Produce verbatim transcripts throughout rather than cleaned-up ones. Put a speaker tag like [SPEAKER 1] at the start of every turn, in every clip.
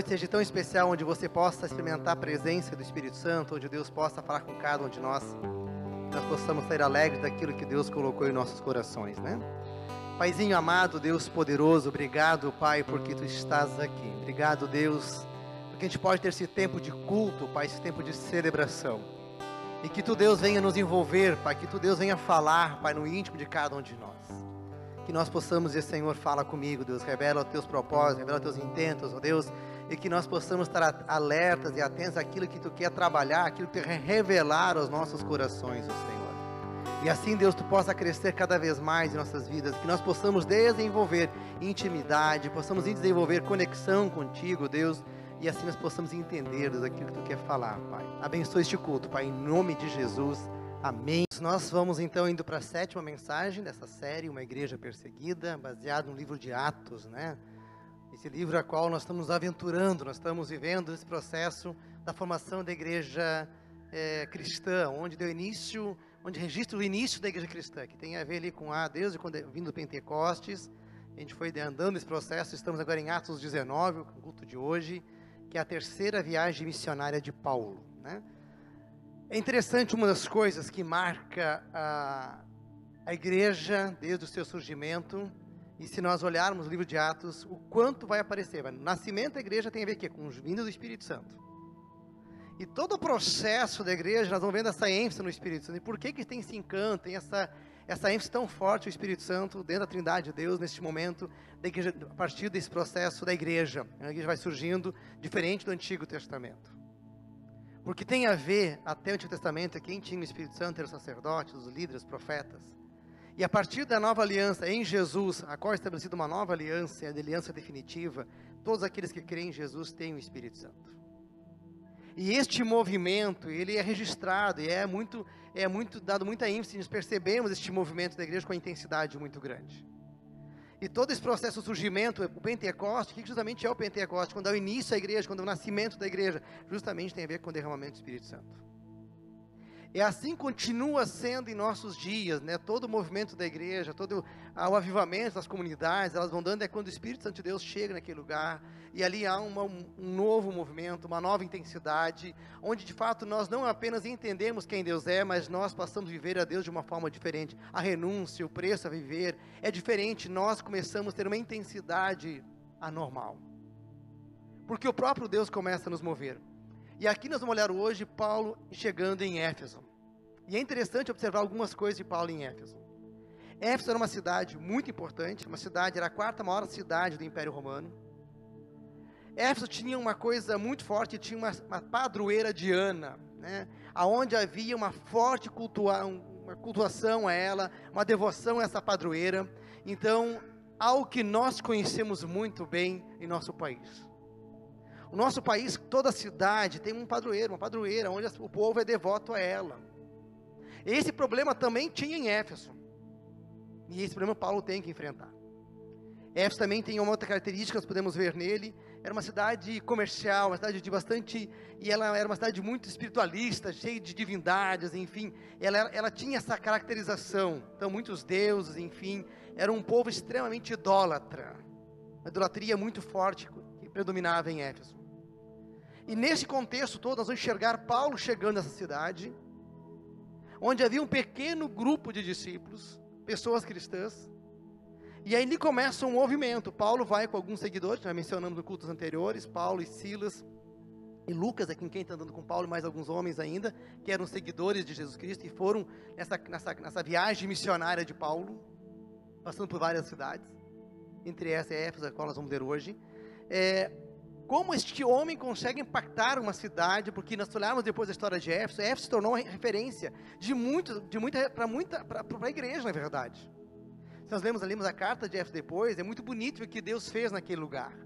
[SPEAKER 1] seja tão especial, onde você possa experimentar a presença do Espírito Santo, onde Deus possa falar com cada um de nós, que nós possamos sair alegres daquilo que Deus colocou em nossos corações, né? Paizinho amado, Deus poderoso, obrigado, Pai, porque Tu estás aqui. Obrigado, Deus, porque a gente pode ter esse tempo de culto, Pai, esse tempo de celebração. E que Tu, Deus, venha nos envolver, Pai, que Tu, Deus, venha falar, Pai, no íntimo de cada um de nós. Que nós possamos dizer, Senhor, fala comigo, Deus, revela os Teus propósitos, revela os Teus intentos, ó Deus, e que nós possamos estar alertas e atentos àquilo que Tu quer trabalhar, aquilo que Tu quer revelar aos nossos corações, ó Senhor. E assim, Deus, Tu possa crescer cada vez mais em nossas vidas, que nós possamos desenvolver intimidade, possamos desenvolver conexão contigo, Deus, e assim nós possamos entender, Deus, aquilo que Tu quer falar, Pai. Abençoe este culto, Pai, em nome de Jesus. Amém. Nós vamos então indo para a sétima mensagem dessa série, Uma Igreja Perseguida, baseado no livro de Atos, né? Esse livro a qual nós estamos nos aventurando, nós estamos vivendo esse processo da formação da igreja é, cristã, onde deu início, onde registra o início da igreja cristã, que tem a ver ali com a, desde quando vindo do Pentecostes, a gente foi andando nesse processo, estamos agora em Atos dezenove, o culto de hoje, que é a terceira viagem missionária de Paulo, né? É interessante, uma das coisas que marca a, a igreja desde o seu surgimento, e se nós olharmos o livro de Atos, o quanto vai aparecer. O nascimento da igreja tem a ver aqui, com os vindos do Espírito Santo. E todo o processo da igreja, nós vamos vendo essa ênfase no Espírito Santo. E por que que tem esse encanto, tem essa, essa ênfase tão forte, o Espírito Santo, dentro da Trindade de Deus, neste momento, da igreja, a partir desse processo da igreja. A igreja vai surgindo diferente do Antigo Testamento. Porque tem a ver, até o Antigo Testamento, quem tinha o Espírito Santo eram os sacerdotes, os líderes, os profetas. E a partir da nova aliança em Jesus, a qual é estabelecida uma nova aliança, a aliança definitiva, todos aqueles que creem em Jesus têm o Espírito Santo. E este movimento, ele é registrado, e é muito, é muito dado muita ênfase, nós percebemos este movimento da igreja com uma intensidade muito grande. E todo esse processo de surgimento, o Pentecoste, o que justamente é o Pentecoste? Quando é o início da igreja, quando é o nascimento da igreja, justamente tem a ver com o derramamento do Espírito Santo. E assim continua sendo em nossos dias, né? Todo o movimento da igreja, todo o avivamento das comunidades, elas vão dando, é quando o Espírito Santo de Deus chega naquele lugar, e ali há uma, um novo movimento, uma nova intensidade, onde de fato nós não apenas entendemos quem Deus é, mas nós passamos a viver a Deus de uma forma diferente. A renúncia, o preço a viver é diferente, nós começamos a ter uma intensidade anormal. Porque o próprio Deus começa a nos mover. E aqui nós vamos olhar hoje Paulo chegando em Éfeso. E é interessante observar algumas coisas de Paulo em Éfeso. Éfeso era uma cidade muito importante, uma cidade, era a quarta maior cidade do Império Romano. Éfeso tinha uma coisa muito forte, tinha uma, uma padroeira Diana, né? Onde havia uma forte cultua, uma cultuação a ela, uma devoção a essa padroeira. Então, algo que nós conhecemos muito bem em nosso país. O nosso país, toda cidade tem um padroeiro, uma padroeira, onde o povo é devoto a ela. Esse problema também tinha em Éfeso. E esse problema Paulo tem que enfrentar. Éfeso também tem uma outra característica que nós podemos ver nele. Era uma cidade comercial, uma cidade de bastante... E ela era uma cidade muito espiritualista, cheia de divindades, enfim. Ela, ela tinha essa caracterização. Então, muitos deuses, enfim. Era um povo extremamente idólatra. Uma idolatria muito forte que predominava em Éfeso. E nesse contexto todo, nós vamos enxergar Paulo chegando nessa cidade, onde havia um pequeno grupo de discípulos, pessoas cristãs, e aí ali começa um movimento. Paulo vai com alguns seguidores, já mencionamos no cultos anteriores, Paulo e Silas, e Lucas, aqui quem está andando com Paulo, e mais alguns homens ainda, que eram seguidores de Jesus Cristo, e foram nessa, nessa, nessa viagem missionária de Paulo, passando por várias cidades, entre essa e Éfeso, a qual nós vamos ver hoje. É... Como este homem consegue impactar uma cidade, porque nós olharmos depois da história de Éfeso, Éfeso se tornou uma referência de muito, de muita, para muita, para a igreja, na verdade. Se nós lemos, lemos a carta de Éfeso depois, é muito bonito o que Deus fez naquele lugar.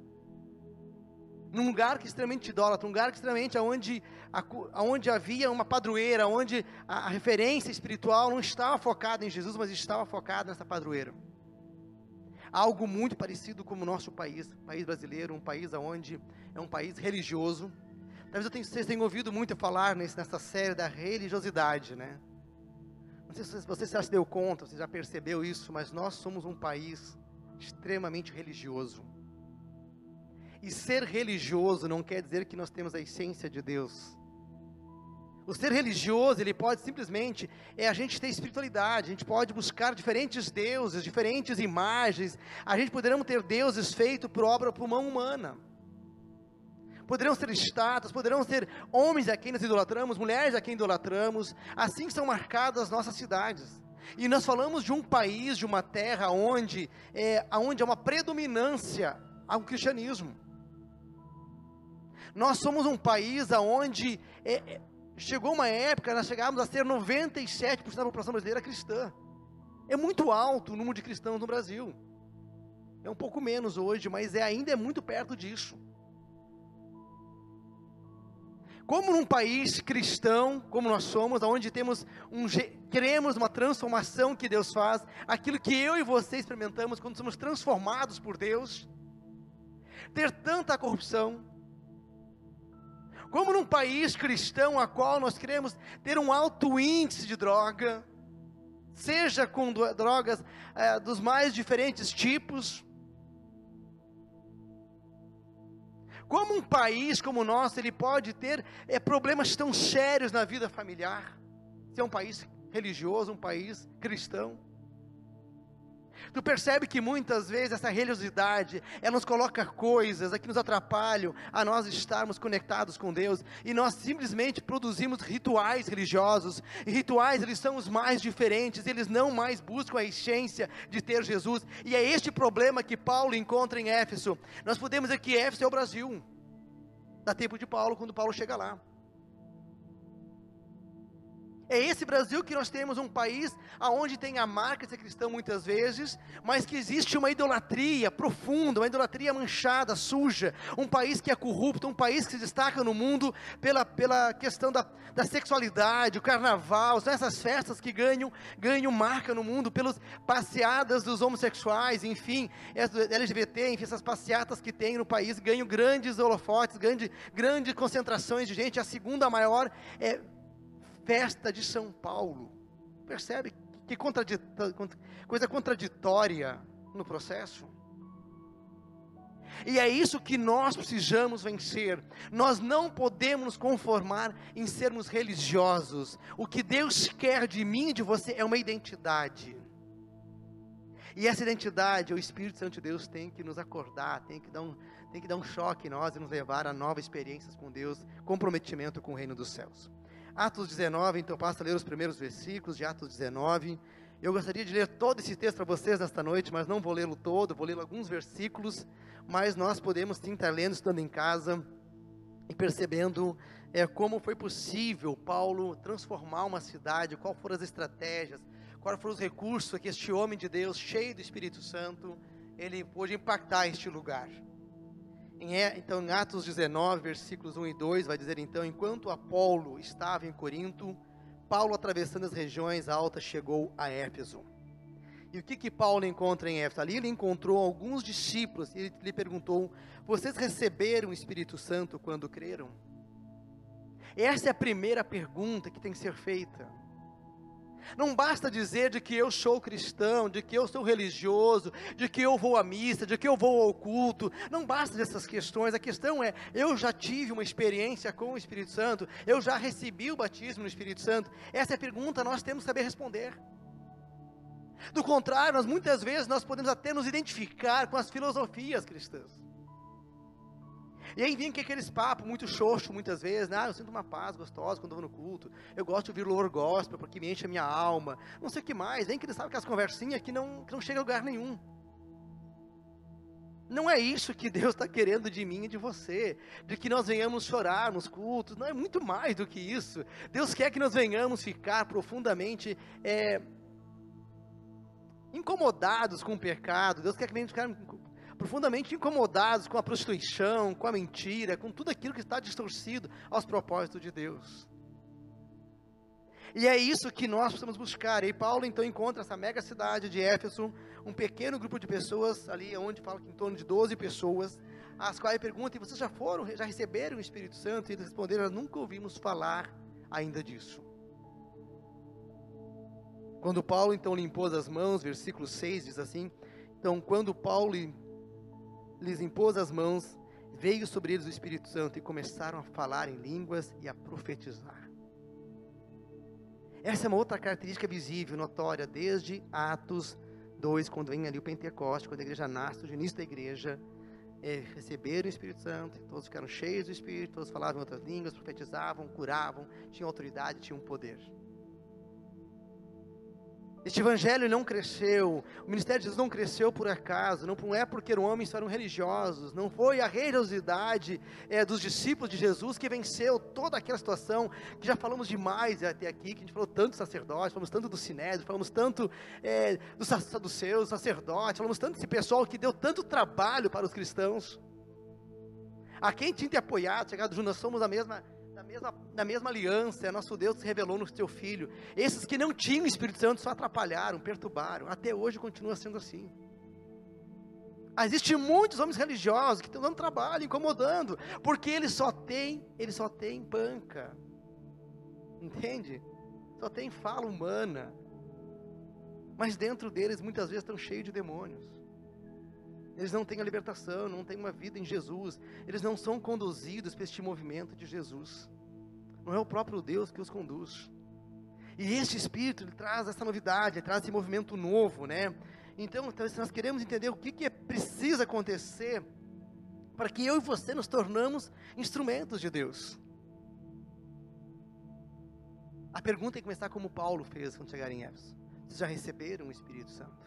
[SPEAKER 1] Num lugar que é extremamente idólatra, um lugar que extremamente onde, onde havia uma padroeira, onde a, a referência espiritual não estava focada em Jesus, mas estava focada nessa padroeira. Algo muito parecido com o nosso país, país brasileiro, um país onde é um país religioso. Talvez eu tenha, vocês tenham ouvido muito falar nesse, nessa série da religiosidade, né? Não sei se você já se deu conta, você já percebeu isso, mas nós somos um país extremamente religioso. E ser religioso não quer dizer que nós temos a essência de Deus. O ser religioso, ele pode simplesmente, é a gente ter espiritualidade, a gente pode buscar diferentes deuses, diferentes imagens, a gente poderemos ter deuses feitos por obra, por mão humana. Poderão ser estátuas, poderão ser homens a quem nós idolatramos, mulheres a quem idolatramos, assim são marcadas as nossas cidades. E nós falamos de um país, de uma terra onde, é, onde há uma predominância ao cristianismo. Nós somos um país onde é, chegou uma época, nós chegávamos a ser noventa e sete por cento da população brasileira cristã. É muito alto o número de cristãos no Brasil. É um pouco menos hoje, mas é, ainda é muito perto disso. Como num país cristão, como nós somos, onde temos um, queremos uma transformação que Deus faz, aquilo que eu e você experimentamos quando somos transformados por Deus, ter tanta corrupção, como num país cristão a qual nós queremos ter um alto índice de droga, seja com drogas é, dos mais diferentes tipos, como um país como o nosso, ele pode ter é, problemas tão sérios na vida familiar, se é um país religioso, um país cristão. Tu percebe que muitas vezes essa religiosidade, ela nos coloca coisas que nos atrapalham a nós estarmos conectados com Deus, e nós simplesmente produzimos rituais religiosos, e rituais eles são os mais diferentes, eles não mais buscam a essência de ter Jesus, e é este problema que Paulo encontra em Éfeso. Nós podemos dizer que Éfeso é o Brasil, da tempo de Paulo, quando Paulo chega lá. É esse Brasil que nós temos, um país onde tem a marca de ser cristão muitas vezes, mas que existe uma idolatria profunda, uma idolatria manchada, suja, um país que é corrupto, um país que se destaca no mundo pela, pela questão da, da sexualidade, o carnaval, são essas festas que ganham, ganham marca no mundo, pelas passeadas dos homossexuais, enfim, L G B T, enfim, essas passeatas que tem no país, ganham grandes holofotes, grande, grandes concentrações de gente, a segunda maior é festa de São Paulo. Percebe que contradit... coisa contraditória no processo? E é isso que nós precisamos vencer. Nós não podemos nos conformar em sermos religiosos. O que Deus quer de mim e de você é uma identidade. E essa identidade, o Espírito Santo de Deus tem que nos acordar, tem que dar um, tem que dar um choque em nós e nos levar a novas experiências com Deus, comprometimento com o reino dos céus. Atos dezenove, então basta ler os primeiros versículos de Atos dezenove. Eu gostaria de ler todo esse texto para vocês nesta noite, mas não vou lê-lo todo, vou ler alguns versículos, mas nós podemos sim estar lendo, estando em casa, e percebendo é, como foi possível Paulo transformar uma cidade, quais foram as estratégias, quais foram os recursos que este homem de Deus, cheio do Espírito Santo, ele pôde impactar este lugar. Então, em Atos dezenove, versículos um e dois, vai dizer então: enquanto Apolo estava em Corinto, Paulo, atravessando as regiões altas, chegou a Éfeso. E o que que Paulo encontra em Éfeso? Ali ele encontrou alguns discípulos, e ele lhe perguntou: vocês receberam o Espírito Santo quando creram? Essa é a primeira pergunta que tem que ser feita. Não basta dizer de que eu sou cristão, de que eu sou religioso, de que eu vou à missa, de que eu vou ao culto. Não basta dessas questões. A questão é: eu já tive uma experiência com o Espírito Santo, eu já recebi o batismo no Espírito Santo. Essa é a pergunta que nós temos que saber responder. Do contrário, nós muitas vezes nós podemos até nos identificar com as filosofias cristãs. E aí vem que aqueles papos muito xoxo muitas vezes, né? Ah, eu sinto uma paz gostosa quando eu vou no culto, eu gosto de ouvir louvor gospel porque me enche a minha alma, não sei o que mais, vem que eles sabem aquelas conversinhas que não, que não chega a lugar nenhum. Não é isso que Deus está querendo de mim e de você, de que nós venhamos chorar nos cultos, não é muito mais do que isso. Deus quer que nós venhamos ficar profundamente é, incomodados com o pecado, Deus quer que venhamos ficar profundamente incomodados com a prostituição, com a mentira, com tudo aquilo que está distorcido aos propósitos de Deus. E é isso que nós precisamos buscar. E Paulo então encontra essa mega cidade de Éfeso, um pequeno grupo de pessoas, ali onde fala que em torno de doze pessoas, as quais perguntam: e vocês já foram, já receberam o Espírito Santo? E eles responderam: nós nunca ouvimos falar ainda disso. Quando Paulo então lhe impôs as mãos, versículo seis diz assim: então quando Paulo lhes impôs as mãos, veio sobre eles o Espírito Santo e começaram a falar em línguas e a profetizar. Essa é uma outra característica visível, notória, desde Atos dois, quando vem ali o Pentecostes, quando a igreja nasce, no início da igreja, é, receberam o Espírito Santo, todos ficaram cheios do Espírito, todos falavam em outras línguas, profetizavam, curavam, tinham autoridade, tinham poder. Este evangelho não cresceu, o ministério de Jesus não cresceu por acaso, não é porque eram homens que eram religiosos, não foi a religiosidade é, dos discípulos de Jesus que venceu toda aquela situação, que já falamos demais até aqui, que a gente falou tanto do sacerdote, falamos tanto do sinédrio, falamos tanto é, dos saduceus, sacerdotes, falamos tanto desse pessoal que deu tanto trabalho para os cristãos. A quem tinha te apoiado, chegado junto, nós somos a mesma... Da mesma, da mesma aliança, nosso Deus se revelou no seu Filho. Esses que não tinham o Espírito Santo só atrapalharam, perturbaram. Até hoje continua sendo assim. Existem muitos homens religiosos que estão dando trabalho, incomodando, porque eles só têm, eles só têm banca. Entende? Só tem fala humana. Mas dentro deles muitas vezes estão cheios de demônios. Eles não têm a libertação, não têm uma vida em Jesus. Eles não são conduzidos por este movimento de Jesus. Não é o próprio Deus que os conduz. E este Espírito, ele traz essa novidade, ele traz esse movimento novo, né? Então, então, se nós queremos entender o que, que é preciso acontecer para que eu e você nos tornamos instrumentos de Deus. A pergunta tem que começar como Paulo fez quando chegar em Éfeso. Vocês já receberam o Espírito Santo?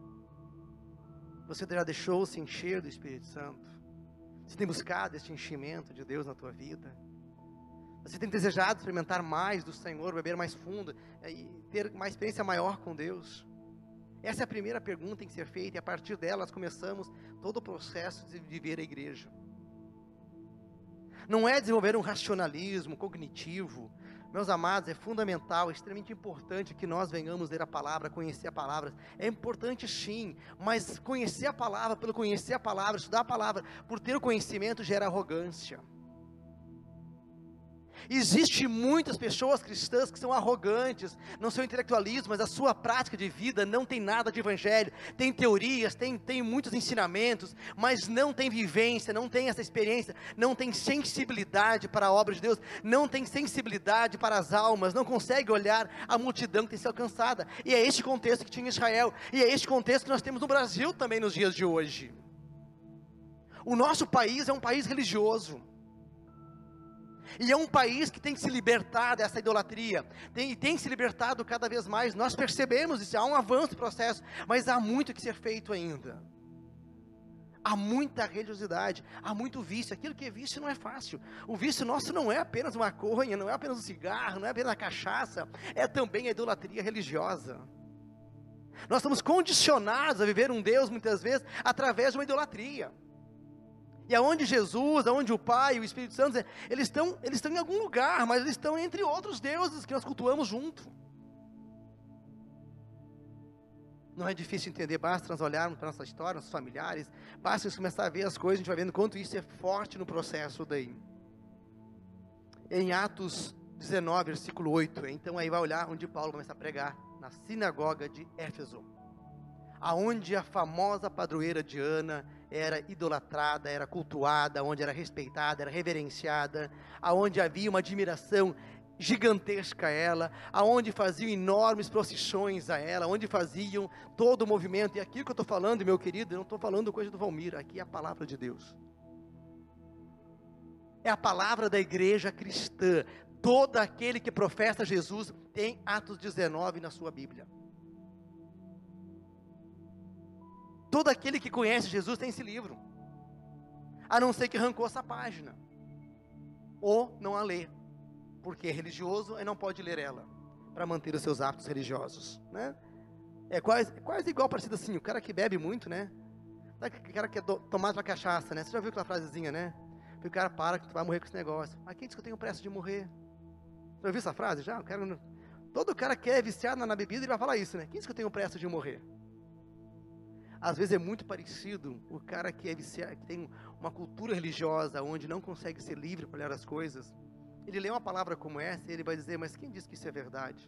[SPEAKER 1] Você já deixou-se encher do Espírito Santo? Você tem buscado este enchimento de Deus na tua vida? Você tem desejado experimentar mais do Senhor, beber mais fundo e ter uma experiência maior com Deus? Essa é a primeira pergunta que tem que ser feita, e a partir dela nós começamos todo o processo de viver a igreja. Não é desenvolver um racionalismo cognitivo. Meus amados, é fundamental, é extremamente importante que nós venhamos ler a palavra, conhecer a palavra. É importante sim, mas conhecer a palavra, pelo conhecer a palavra, estudar a palavra, por ter o conhecimento gera arrogância. Existem muitas pessoas cristãs que são arrogantes, não são intelectualismo, mas a sua prática de vida não tem nada de evangelho, tem teorias, tem, tem muitos ensinamentos, mas não tem vivência, não tem essa experiência, não tem sensibilidade para a obra de Deus, não tem sensibilidade para as almas, não consegue olhar a multidão que tem sido alcançada. E é este contexto que tinha em Israel, e é este contexto que nós temos no Brasil também nos dias de hoje. O nosso país é um país religioso. E é um país que tem que se libertar dessa idolatria, tem, e tem se libertado cada vez mais. Nós percebemos isso, há um avanço no processo, mas há muito que ser feito ainda. Há muita religiosidade, há muito vício. Aquilo que é vício não é fácil. O vício nosso não é apenas uma maconha, não é apenas um cigarro, não é apenas a cachaça, é também a idolatria religiosa. Nós estamos condicionados a viver um Deus, muitas vezes, através de uma idolatria. E aonde Jesus, aonde o Pai e o Espírito Santo, eles estão, eles estão em algum lugar, mas eles estão entre outros deuses que nós cultuamos junto. Não é difícil entender, basta nós olharmos para a nossa história, nossos familiares, basta nós começar a ver as coisas, a gente vai vendo quanto isso é forte no processo daí. Em Atos dezenove, versículo oito, então aí vai olhar onde Paulo começa a pregar, na sinagoga de Éfeso, aonde a famosa padroeira Diana era idolatrada, era cultuada, onde era respeitada, era reverenciada, aonde havia uma admiração gigantesca a ela, aonde faziam enormes procissões a ela, onde faziam todo o movimento. E aqui que eu estou falando, meu querido, eu não estou falando coisa do Valmir, aqui é a palavra de Deus. É a palavra da igreja cristã. Todo aquele que professa Jesus tem Atos dezenove na sua Bíblia. Todo aquele que conhece Jesus tem esse livro, a não ser que arrancou essa página, ou não a lê, porque é religioso e não pode ler ela, para manter os seus hábitos religiosos, né? É quase, é quase igual, parecido assim, o cara que bebe muito, né? Sabe o cara que é do, tomado pra cachaça, né? Você já viu aquela frasezinha, né? O cara para que tu vai morrer com esse negócio. Mas quem diz que eu tenho pressa de morrer? Você já viu essa frase já? O cara, todo cara que é viciado na, na bebida, ele vai falar isso, né? Quem diz que eu tenho pressa de morrer? Às vezes é muito parecido o cara que é viciado, que tem uma cultura religiosa, onde não consegue ser livre para olhar as coisas. Ele lê uma palavra como essa e ele vai dizer, mas quem diz que isso é verdade?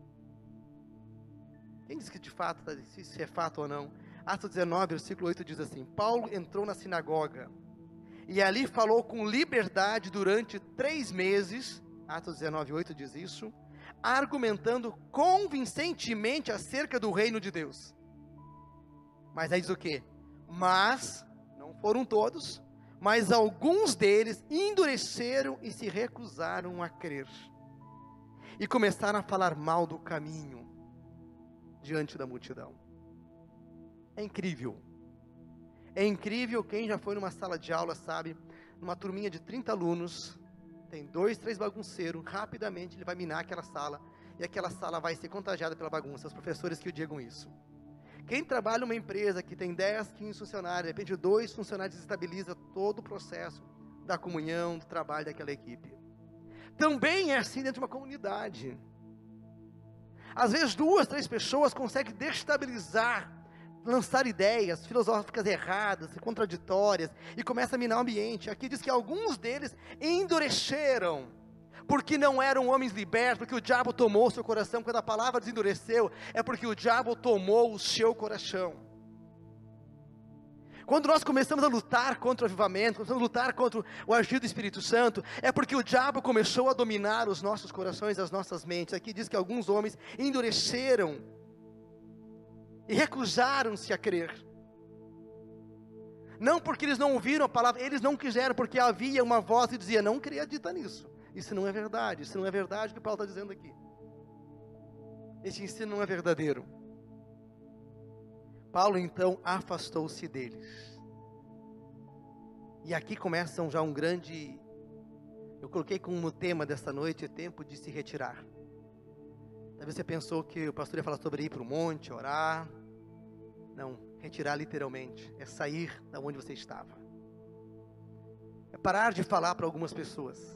[SPEAKER 1] Quem diz que de fato, se isso é fato ou não? Atos dezenove, versículo oito diz assim, Paulo entrou na sinagoga e ali falou com liberdade durante três meses, Atos dezenove, oito diz isso, argumentando convincentemente acerca do reino de Deus. Mas aí diz o quê? Mas, não foram todos, mas alguns deles endureceram e se recusaram a crer. E começaram a falar mal do caminho diante da multidão. É incrível. É incrível, quem já foi numa sala de aula sabe, numa turminha de trinta alunos, tem dois, três bagunceiros, rapidamente ele vai minar aquela sala, e aquela sala vai ser contagiada pela bagunça, os professores que o digam isso. Quem trabalha numa empresa que tem dez, quinze funcionários, de repente dois funcionários desestabiliza todo o processo da comunhão, do trabalho daquela equipe. Também é assim dentro de uma comunidade. Às vezes duas, três pessoas conseguem destabilizar, lançar ideias filosóficas erradas, contraditórias, e começa a minar o ambiente. Aqui diz que alguns deles endureceram, porque não eram homens libertos, porque o diabo tomou o seu coração. Quando a palavra desendureceu, é porque o diabo tomou o seu coração. Quando nós começamos a lutar contra o avivamento, começamos a lutar contra o agir do Espírito Santo, é porque o diabo começou a dominar os nossos corações, as nossas mentes. Aqui diz que alguns homens endureceram e recusaram-se a crer. Não porque eles não ouviram a palavra, eles não quiseram, porque havia uma voz que dizia, não acredita nisso. Isso não é verdade, isso não é verdade o que Paulo está dizendo aqui. Esse ensino não é verdadeiro. Paulo então afastou-se deles. E aqui começa já um grande, eu coloquei como tema desta noite, é tempo de se retirar. Talvez você pensou que o pastor ia falar sobre ir para o monte, orar. Não, retirar literalmente, é sair da onde você estava. É parar de falar para algumas pessoas.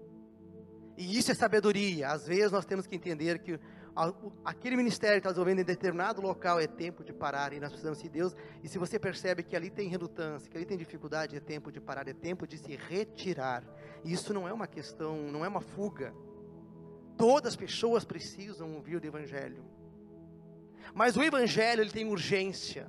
[SPEAKER 1] E isso é sabedoria. Às vezes nós temos que entender que aquele ministério que está desenvolvendo em determinado local é tempo de parar, e nós precisamos de Deus. E se você percebe que ali tem relutância, que ali tem dificuldade, é tempo de parar, é tempo de se retirar. E isso não é uma questão, não é uma fuga. Todas as pessoas precisam ouvir o Evangelho. Mas o Evangelho, ele tem urgência.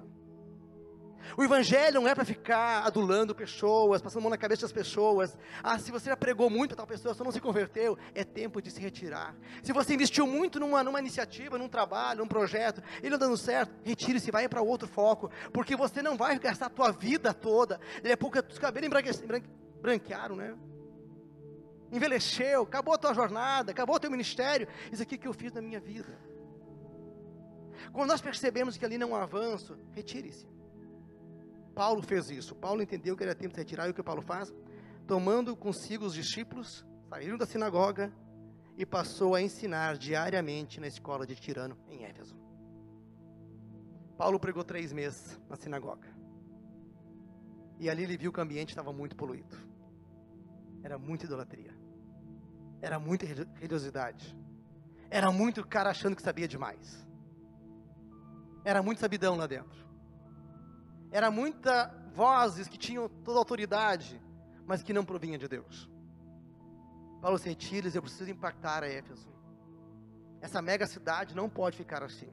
[SPEAKER 1] O Evangelho não é para ficar adulando pessoas, passando a mão na cabeça das pessoas. Ah, se você já pregou muito para tal pessoa, só não se converteu, é tempo de se retirar. Se você investiu muito numa, numa iniciativa, num trabalho, num projeto, e não dando certo, retire-se, vai para outro foco, porque você não vai gastar a tua vida toda. Daqui a pouco os cabelos branquearam, né? Envelheceu, acabou a tua jornada, acabou o teu ministério. Isso aqui que eu fiz na minha vida. Quando nós percebemos que ali não há avanço, retire-se. Paulo fez isso. Paulo entendeu que era tempo de retirar. E o que Paulo faz? Tomando consigo os discípulos, saíram da sinagoga e passou a ensinar diariamente na escola de Tirano, em Éfeso. Paulo pregou três meses na sinagoga. E ali ele viu que o ambiente estava muito poluído. Era muita idolatria. Era muita religiosidade. Era muito cara achando que sabia demais. Era muita sabidão lá dentro. Era muita vozes que tinham toda a autoridade, mas que não provinha de Deus. Paulo se retira, eu preciso impactar a Éfeso. Essa mega cidade não pode ficar assim.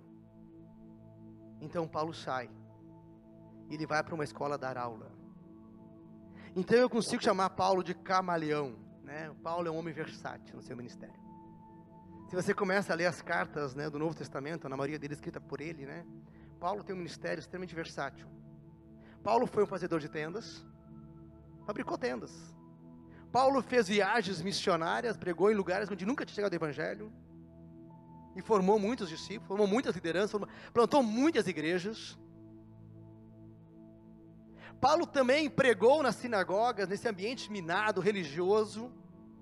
[SPEAKER 1] Então Paulo sai. E ele vai para uma escola dar aula. Então eu consigo chamar Paulo de camaleão, né? Paulo é um homem versátil no seu ministério. Se você começa a ler as cartas, né, do Novo Testamento, na maioria deles escrita por ele, né? Paulo tem um ministério extremamente versátil. Paulo foi um fazedor de tendas, fabricou tendas. Paulo fez viagens missionárias, pregou em lugares onde nunca tinha chegado o Evangelho, e formou muitos discípulos, formou muitas lideranças, formou, plantou muitas igrejas. Paulo também pregou nas sinagogas, nesse ambiente minado, religioso.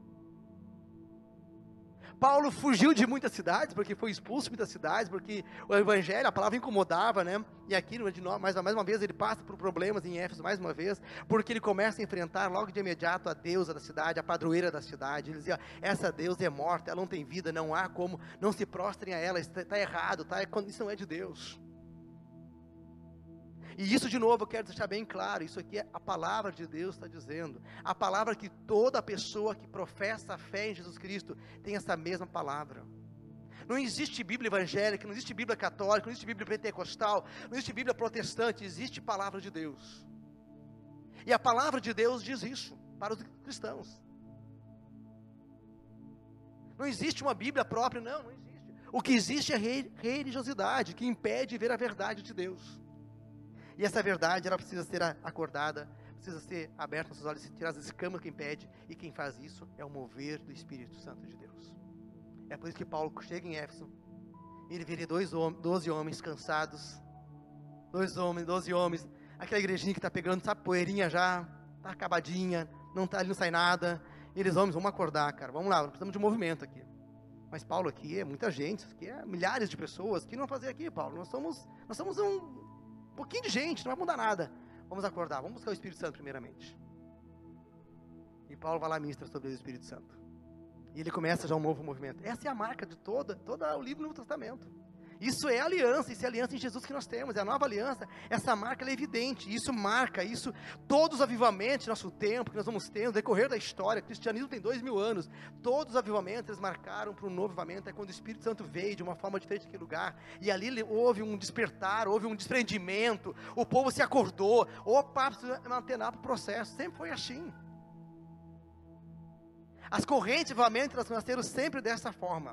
[SPEAKER 1] Paulo fugiu de muitas cidades, porque foi expulso de muitas cidades, porque o Evangelho, a palavra incomodava, né? E aqui, mais, mais uma vez, ele passa por problemas em Éfeso, mais uma vez, porque ele começa a enfrentar logo de imediato a deusa da cidade, a padroeira da cidade. Ele dizia, essa deusa é morta, ela não tem vida, não há como, não se prostrem a ela, está, está errado, tá? Isso não é de Deus. E isso de novo eu quero deixar bem claro, isso aqui é a palavra de Deus está dizendo, a palavra que toda pessoa que professa a fé em Jesus Cristo tem essa mesma palavra. Não existe Bíblia evangélica, não existe Bíblia católica, não existe Bíblia pentecostal, não existe Bíblia protestante, existe palavra de Deus. E a palavra de Deus diz isso para os cristãos. Não existe uma Bíblia própria, não, não existe. O que existe é religiosidade, que impede de ver a verdade de Deus. E essa verdade, ela precisa ser acordada, precisa ser aberta nos seus olhos, tirar as escamas que impede, e quem faz isso é o mover do Espírito Santo de Deus. É por isso que Paulo chega em Éfeso, e ele vê dois, doze homens cansados, dois homens, doze homens, aquela igrejinha que está pegando, sabe, poeirinha já, está acabadinha, não tá, ali não sai nada. E eles, homens, vamos acordar, cara, vamos lá, precisamos de um movimento aqui. Mas Paulo, aqui é muita gente, aqui é milhares de pessoas, o que não vai fazer aqui, Paulo? Nós somos, nós somos um pouquinho de gente, não vai mudar nada. Vamos acordar, vamos buscar o Espírito Santo primeiramente. E Paulo vai lá e ministra sobre o Espírito Santo. E ele começa já um novo movimento. Essa é a marca de toda, todo o livro do Novo Testamento. Isso é aliança, isso é aliança em Jesus que nós temos, é a nova aliança. Essa marca ela é evidente, isso marca, isso, todos os avivamentos do nosso tempo, que nós vamos ter no decorrer da história, o cristianismo tem dois mil anos, todos os avivamentos, eles marcaram para um novo avivamento, é quando o Espírito Santo veio de uma forma diferente daquele lugar, e ali houve um despertar, houve um desprendimento, o povo se acordou, opa, precisa antenar para o processo, sempre foi assim. As correntes de avivamento, elas nasceram sempre dessa forma.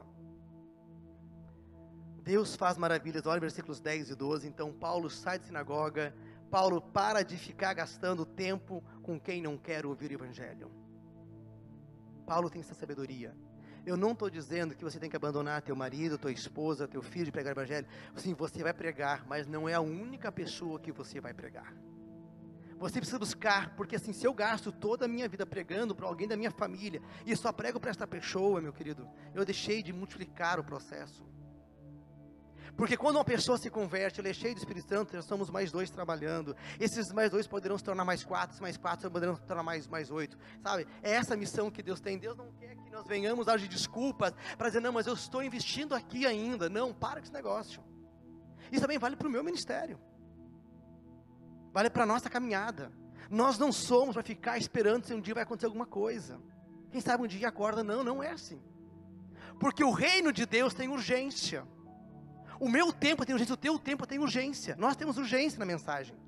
[SPEAKER 1] Deus faz maravilhas, olha versículos dez e doze, então Paulo sai da sinagoga, Paulo para de ficar gastando tempo com quem não quer ouvir o Evangelho. Paulo tem essa sabedoria. Eu não estou dizendo que você tem que abandonar teu marido, tua esposa, teu filho de pregar o Evangelho. Sim, você vai pregar, mas não é a única pessoa que você vai pregar. Você precisa buscar, porque assim, se eu gasto toda a minha vida pregando para alguém da minha família, e só prego para esta pessoa, meu querido, eu deixei de multiplicar o processo. Porque quando uma pessoa se converte, ela é cheia do Espírito Santo, nós somos mais dois trabalhando, esses mais dois poderão se tornar mais quatro, esses mais quatro poderão se tornar mais, mais oito, sabe? É essa a missão que Deus tem. Deus não quer que nós venhamos dar de desculpas, para dizer, não, mas eu estou investindo aqui ainda. Não, para com esse negócio. Isso também vale para o meu ministério, vale para a nossa caminhada. Nós não somos para ficar esperando se um dia vai acontecer alguma coisa. Quem sabe um dia acorda, não, não é assim. Porque o reino de Deus tem urgência. O meu tempo tem urgência, o teu tempo tem urgência. Nós temos urgência na mensagem.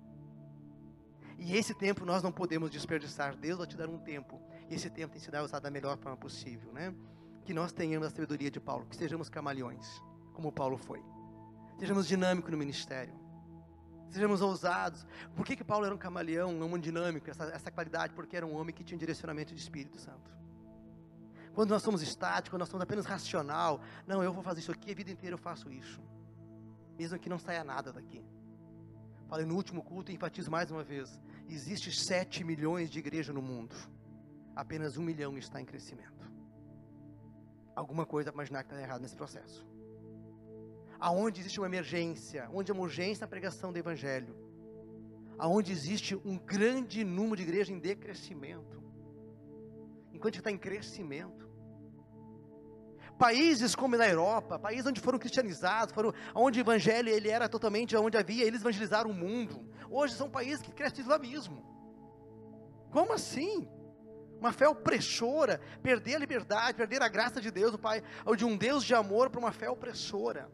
[SPEAKER 1] E esse tempo nós não podemos desperdiçar. Deus vai te dar um tempo. E esse tempo tem que ser usado da melhor forma possível, né? Que nós tenhamos a sabedoria de Paulo. Que sejamos camaleões, como Paulo foi. Sejamos dinâmicos no ministério. Sejamos ousados. Por que que Paulo era um camaleão, um homem dinâmico? Essa, essa qualidade, porque era um homem que tinha um direcionamento de Espírito Santo. Quando nós somos estáticos, quando nós somos apenas racional, não, eu vou fazer isso aqui, a vida inteira eu faço isso, mesmo que não saia nada daqui. Falei no último culto e enfatizo mais uma vez, existe sete milhões de igrejas no mundo, apenas um milhão está em crescimento. Alguma coisa para imaginar que está errado nesse processo. Aonde existe uma emergência, onde há uma urgência na pregação do Evangelho, aonde existe um grande número de igrejas em decrescimento, enquanto está em crescimento. Países como na Europa, países onde foram cristianizados, foram, onde o evangelho ele era totalmente, onde havia, eles evangelizaram o mundo. Hoje são países que crescem o islamismo. Como assim? Uma fé opressora, perder a liberdade, perder a graça de Deus, o Pai, ou de um Deus de amor para uma fé opressora.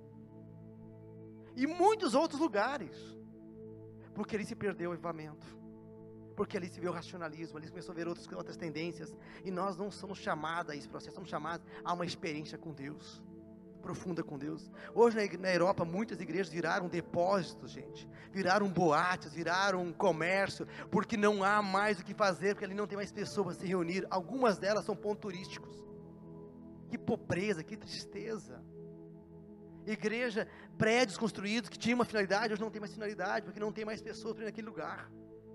[SPEAKER 1] E muitos outros lugares, porque ali se perdeu o avivamento. Porque ali se vê o racionalismo, ali se começou a ver outras, outras tendências, e nós não somos chamados a esse processo, somos chamados a uma experiência com Deus, profunda com Deus. Hoje na, na Europa, muitas igrejas viraram depósitos, gente, viraram boates, viraram comércio, porque não há mais o que fazer, porque ali não tem mais pessoas para se reunir, algumas delas são pontos turísticos. Que pobreza, que tristeza. Igreja, prédios construídos que tinham uma finalidade, hoje não tem mais finalidade, porque não tem mais pessoas para ir naquele lugar.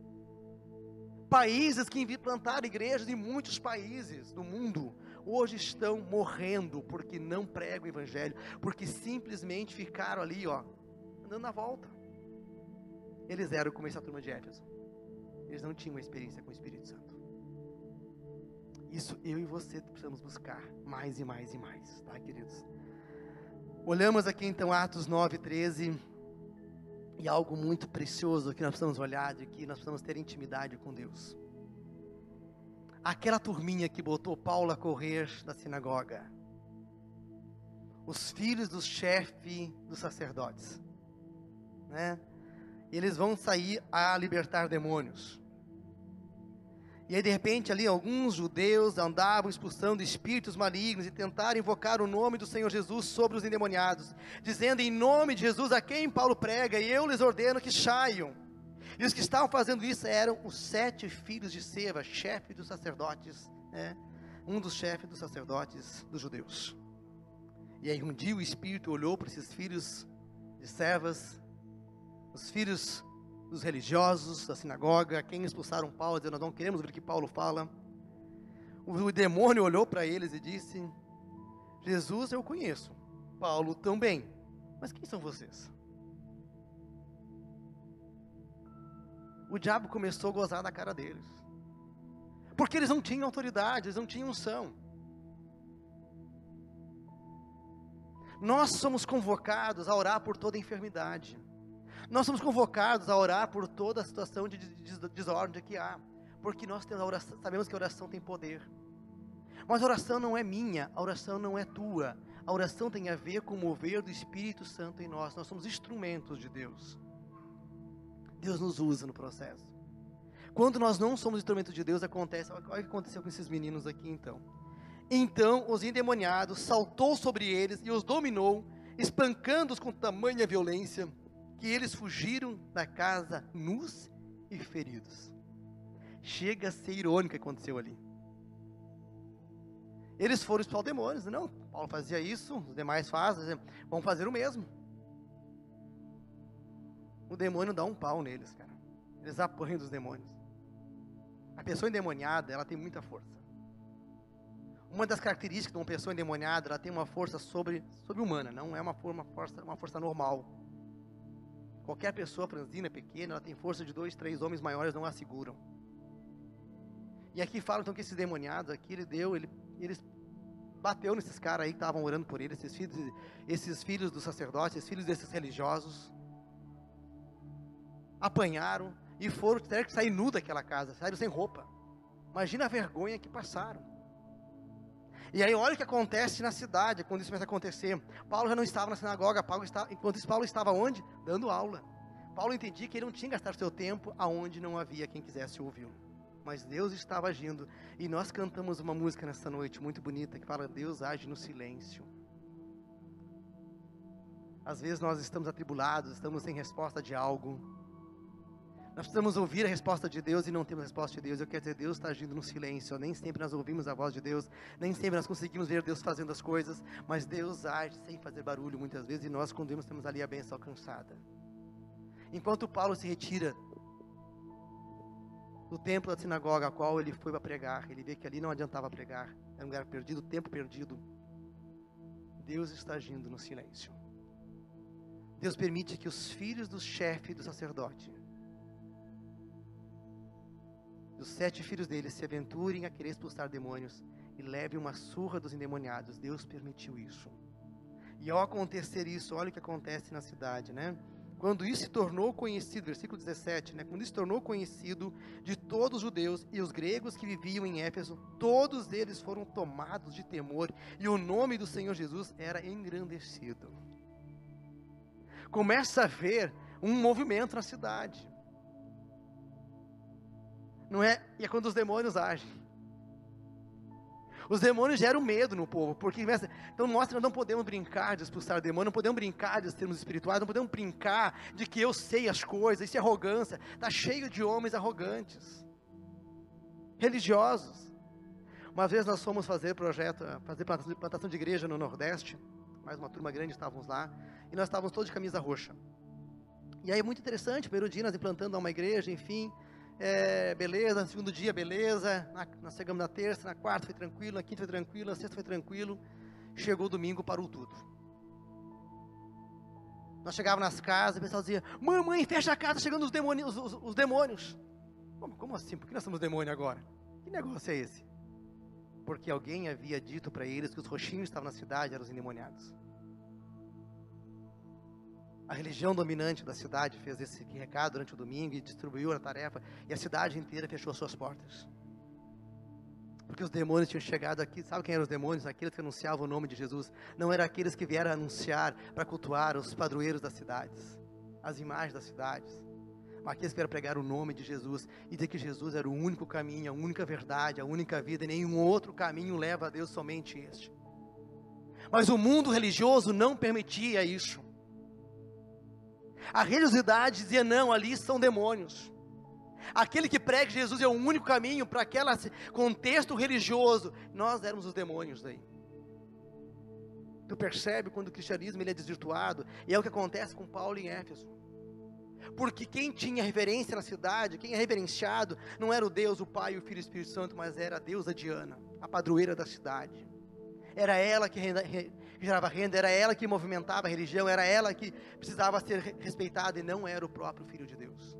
[SPEAKER 1] Países que implantaram igrejas em muitos países do mundo, hoje estão morrendo, porque não pregam o Evangelho, porque simplesmente ficaram ali, ó, andando na volta. Eles eram como essa turma de Éfeso, eles não tinham uma experiência com o Espírito Santo. Isso eu e você precisamos buscar, mais e mais e mais, tá, queridos? Olhamos aqui então Atos nove, treze, e algo muito precioso que nós precisamos olhar, de que nós precisamos ter intimidade com Deus. Aquela turminha que botou Paulo a correr da sinagoga, os filhos do chefe dos sacerdotes, né? Eles vão sair a libertar demônios. E aí de repente ali alguns judeus andavam expulsando espíritos malignos e tentaram invocar o nome do Senhor Jesus sobre os endemoniados, dizendo em nome de Jesus a quem Paulo prega, e eu lhes ordeno que saiam. E os que estavam fazendo isso eram os sete filhos de Seva, chefe dos sacerdotes, né? Um dos chefes dos sacerdotes dos judeus. E aí um dia o Espírito olhou para esses filhos de servas, os filhos dos religiosos da sinagoga, quem expulsaram Paulo, dizendo: nós não queremos ver o que Paulo fala. O, o demônio olhou para eles e disse: Jesus eu conheço, Paulo também, mas quem são vocês? O diabo começou a gozar da cara deles, porque eles não tinham autoridade, eles não tinham unção. Nós somos convocados a orar por toda enfermidade. Nós somos convocados a orar por toda a situação de desordem que há, porque nós temos a oração, sabemos que a oração tem poder. Mas a oração não é minha, a oração não é tua. A oração tem a ver com o mover do Espírito Santo em nós. Nós somos instrumentos de Deus. Deus nos usa no processo. Quando nós não somos instrumentos de Deus, acontece, olha o que aconteceu com esses meninos aqui então. Então os endemoniados saltou sobre eles e os dominou, espancando-os com tamanha violência, que eles fugiram da casa nus e feridos. Chega a ser irônico o que aconteceu ali. Eles foram expulsar demônios. Não, Paulo fazia isso, os demais fazem, vão fazer o mesmo. O demônio dá um pau neles, cara. Eles apanham dos demônios. A pessoa endemoniada, ela tem muita força. Uma das características de uma pessoa endemoniada, ela tem uma força sobre, sobre-humana, não é uma, uma, força, uma força normal. Qualquer pessoa franzina, pequena, ela tem força de dois, três homens maiores, não a seguram. E aqui fala então que esses demoniados aqui, ele deu, ele, eles bateu nesses caras aí que estavam orando por ele, esses filhos, esses filhos dos sacerdotes, esses filhos desses religiosos, apanharam e foram, tiveram que sair nu daquela casa, saíram sem roupa. Imagina a vergonha que passaram. E aí olha o que acontece na cidade, quando isso começa a acontecer. Paulo já não estava na sinagoga, Paulo estava, enquanto isso Paulo estava onde? Dando aula. Paulo entendia que ele não tinha que gastar seu tempo aonde não havia quem quisesse ouvi-lo. Mas Deus estava agindo, e nós cantamos uma música nessa noite muito bonita, que fala: Deus age no silêncio. Às vezes nós estamos atribulados, estamos sem resposta de algo. Nós precisamos ouvir a resposta de Deus e não temos a resposta de Deus. Eu quero dizer, Deus está agindo no silêncio. Nem sempre nós ouvimos a voz de Deus, nem sempre nós conseguimos ver Deus fazendo as coisas, mas Deus age sem fazer barulho muitas vezes, e nós, quando vemos, temos ali a bênção alcançada. Enquanto Paulo se retira do templo da sinagoga a qual ele foi para pregar, ele vê que ali não adiantava pregar, era um lugar perdido, tempo perdido. Deus está agindo no silêncio. Deus permite que os filhos do chefe do sacerdote, os sete filhos dele, se aventurem a querer expulsar demônios e levem uma surra dos endemoniados. Deus permitiu isso. E ao acontecer isso, olha o que acontece na cidade, né? Quando isso se tornou conhecido, versículo dezessete, né? Quando isso se tornou conhecido de todos os judeus e os gregos que viviam em Éfeso, todos eles foram tomados de temor, e o nome do Senhor Jesus era engrandecido. Começa a haver um movimento na cidade. Não é? E é quando os demônios agem. Os demônios geram medo no povo, porque então mostra que nós não podemos brincar de expulsar demônios, não podemos brincar de termos espirituais, não podemos brincar de que eu sei as coisas, isso é arrogância. Está cheio de homens arrogantes, religiosos. Uma vez nós fomos fazer projeto, fazer plantação de igreja no Nordeste, mais uma turma grande, estávamos lá, e nós estávamos todos de camisa roxa. E aí muito interessante, primeiro dia nós implantando uma igreja, enfim. É, beleza, no segundo dia, beleza, na, nós chegamos na terça, na quarta foi tranquilo, na quinta foi tranquilo, na sexta foi tranquilo, chegou o domingo, parou tudo. Nós chegávamos nas casas, e o pessoal dizia: mãe, mãe, fecha a casa, chegando os demônios, os, os, os demônios. Como, como assim? Por que nós somos demônio agora? Que negócio é esse? Porque alguém havia dito para eles que os roxinhos que estavam na cidade eram os endemoniados. A religião dominante da cidade fez esse recado durante o domingo e distribuiu a tarefa, e a cidade inteira fechou as suas portas. Porque os demônios tinham chegado aqui. Sabe quem eram os demônios? Aqueles que anunciavam o nome de Jesus. Não eram aqueles que vieram anunciar para cultuar os padroeiros das cidades, as imagens das cidades, Aqueles que vieram pregar o nome de Jesus e dizer que Jesus era o único caminho, a única verdade, a única vida, e nenhum outro caminho leva a Deus, somente este. Mas o mundo religioso não permitia isso. A religiosidade dizia, não, ali são demônios. Aquele que prega Jesus é o único caminho para aquele contexto religioso. Nós éramos os demônios daí. Tu percebe quando o cristianismo ele é desvirtuado, e é o que acontece com Paulo em Éfeso. Porque quem tinha reverência na cidade, quem é reverenciado, não era o Deus, o Pai, o Filho e o Espírito Santo, mas era a deusa Diana, a padroeira da cidade. Era ela que renda, re, gerava renda, era ela que movimentava a religião, era ela que precisava ser respeitada, e não era o próprio Filho de Deus.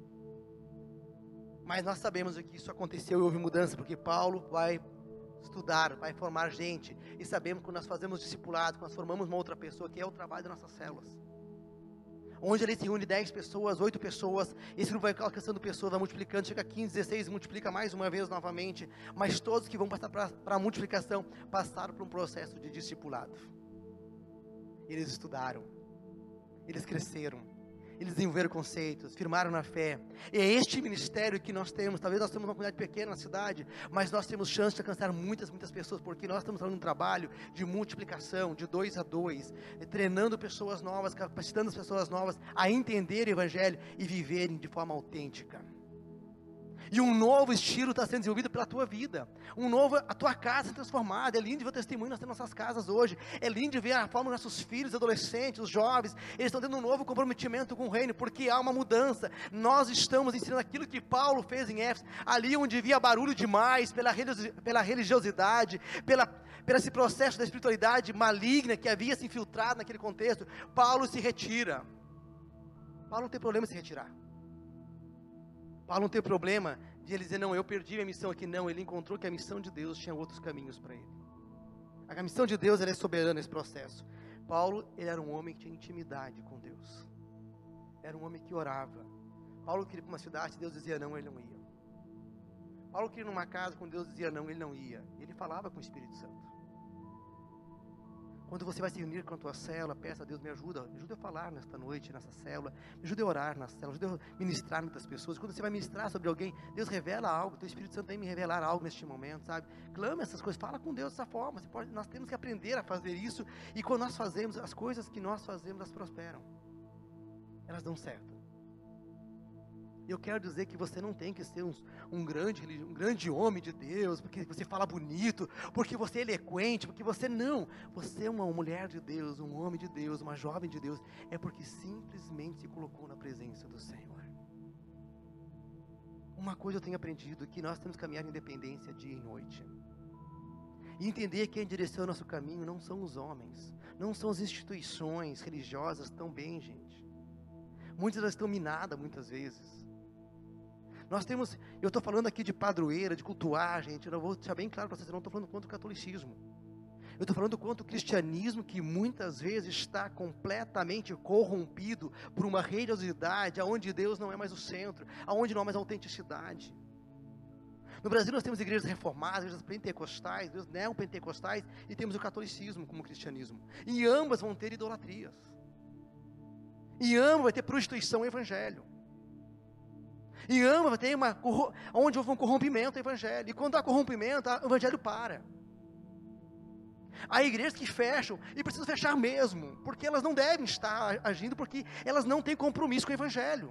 [SPEAKER 1] Mas nós sabemos que isso aconteceu e houve mudança, porque Paulo vai estudar, vai formar gente, e sabemos que quando nós fazemos discipulado, quando nós formamos uma outra pessoa, que é o trabalho das nossas células, onde ali se reúne dez pessoas, oito pessoas, esse grupo vai alcançando pessoas, vai multiplicando, chega a quinze, dezesseis, multiplica mais uma vez novamente, mas todos que vão passar para a multiplicação, passaram por um processo de discipulado. Eles estudaram, eles cresceram, eles desenvolveram conceitos, firmaram na fé. E é este ministério que nós temos. Talvez nós temos uma comunidade pequena na cidade, mas nós temos chance de alcançar muitas, muitas pessoas, porque nós estamos fazendo um trabalho de multiplicação, de dois a dois, treinando pessoas novas, capacitando as pessoas novas a entender o Evangelho e viverem de forma autêntica. E um novo estilo está sendo desenvolvido pela tua vida. Um novo, a tua casa é transformada. É lindo ver o testemunho nós temos nossas casas hoje. É lindo ver a forma dos nossos filhos, adolescentes, os jovens. Eles estão tendo um novo comprometimento com o reino, porque há uma mudança. Nós estamos ensinando aquilo que Paulo fez em Éfeso. Ali onde havia barulho demais, pela, pela religiosidade, pela, pelo esse processo da espiritualidade maligna que havia se infiltrado naquele contexto. Paulo se retira. Paulo não tem problema em se retirar. Paulo não tem problema de ele dizer, não, eu perdi minha missão aqui. Não, ele encontrou que a missão de Deus tinha outros caminhos para ele. A missão de Deus, ela é soberana nesse processo. Paulo, ele era um homem que tinha intimidade com Deus. Era um homem que orava. Paulo queria ir para uma cidade, Deus dizia não, ele não ia. Paulo queria ir numa casa, quando Deus dizia não, ele não ia. Ele falava com o Espírito Santo. Quando você vai se reunir com a tua célula, peça a Deus, me ajuda, me ajuda a falar nesta noite, nessa célula, me ajuda a orar na célula, me ajuda a ministrar muitas pessoas. Quando você vai ministrar sobre alguém, Deus revela algo, teu Espírito Santo tem me revelar algo neste momento, sabe? Clama essas coisas, fala com Deus dessa forma. Você pode, nós temos que aprender a fazer isso, e quando nós fazemos, as coisas que nós fazemos, elas prosperam, elas dão certo. Eu quero dizer que você não tem que ser um, um, grande, um grande homem de Deus, porque você fala bonito, porque você é eloquente, porque você não. Você é uma mulher de Deus, um homem de Deus, uma jovem de Deus. É porque simplesmente se colocou na presença do Senhor. Uma coisa eu tenho aprendido, que nós temos que caminhar em independência dia e noite. E entender que quem direciona o nosso caminho não são os homens, não são as instituições religiosas também, gente. Muitas delas estão minadas muitas vezes. Nós temos, eu estou falando aqui de padroeira, de cultuar, gente, eu vou deixar bem claro para vocês, eu não estou falando contra o catolicismo. Eu estou falando contra o cristianismo, que muitas vezes está completamente corrompido por uma religiosidade, onde Deus não é mais o centro, onde não há mais autenticidade. No Brasil nós temos igrejas reformadas, igrejas pentecostais, igrejas neopentecostais, e temos o catolicismo como cristianismo. E ambas vão ter idolatrias. E ambas vai ter prostituição e evangelho. E ambas vai ter uma, onde houve um corrompimento do evangelho. E quando há corrompimento, o evangelho para. Há igrejas que fecham, e precisam fechar mesmo, porque elas não devem estar agindo, porque elas não têm compromisso com o evangelho.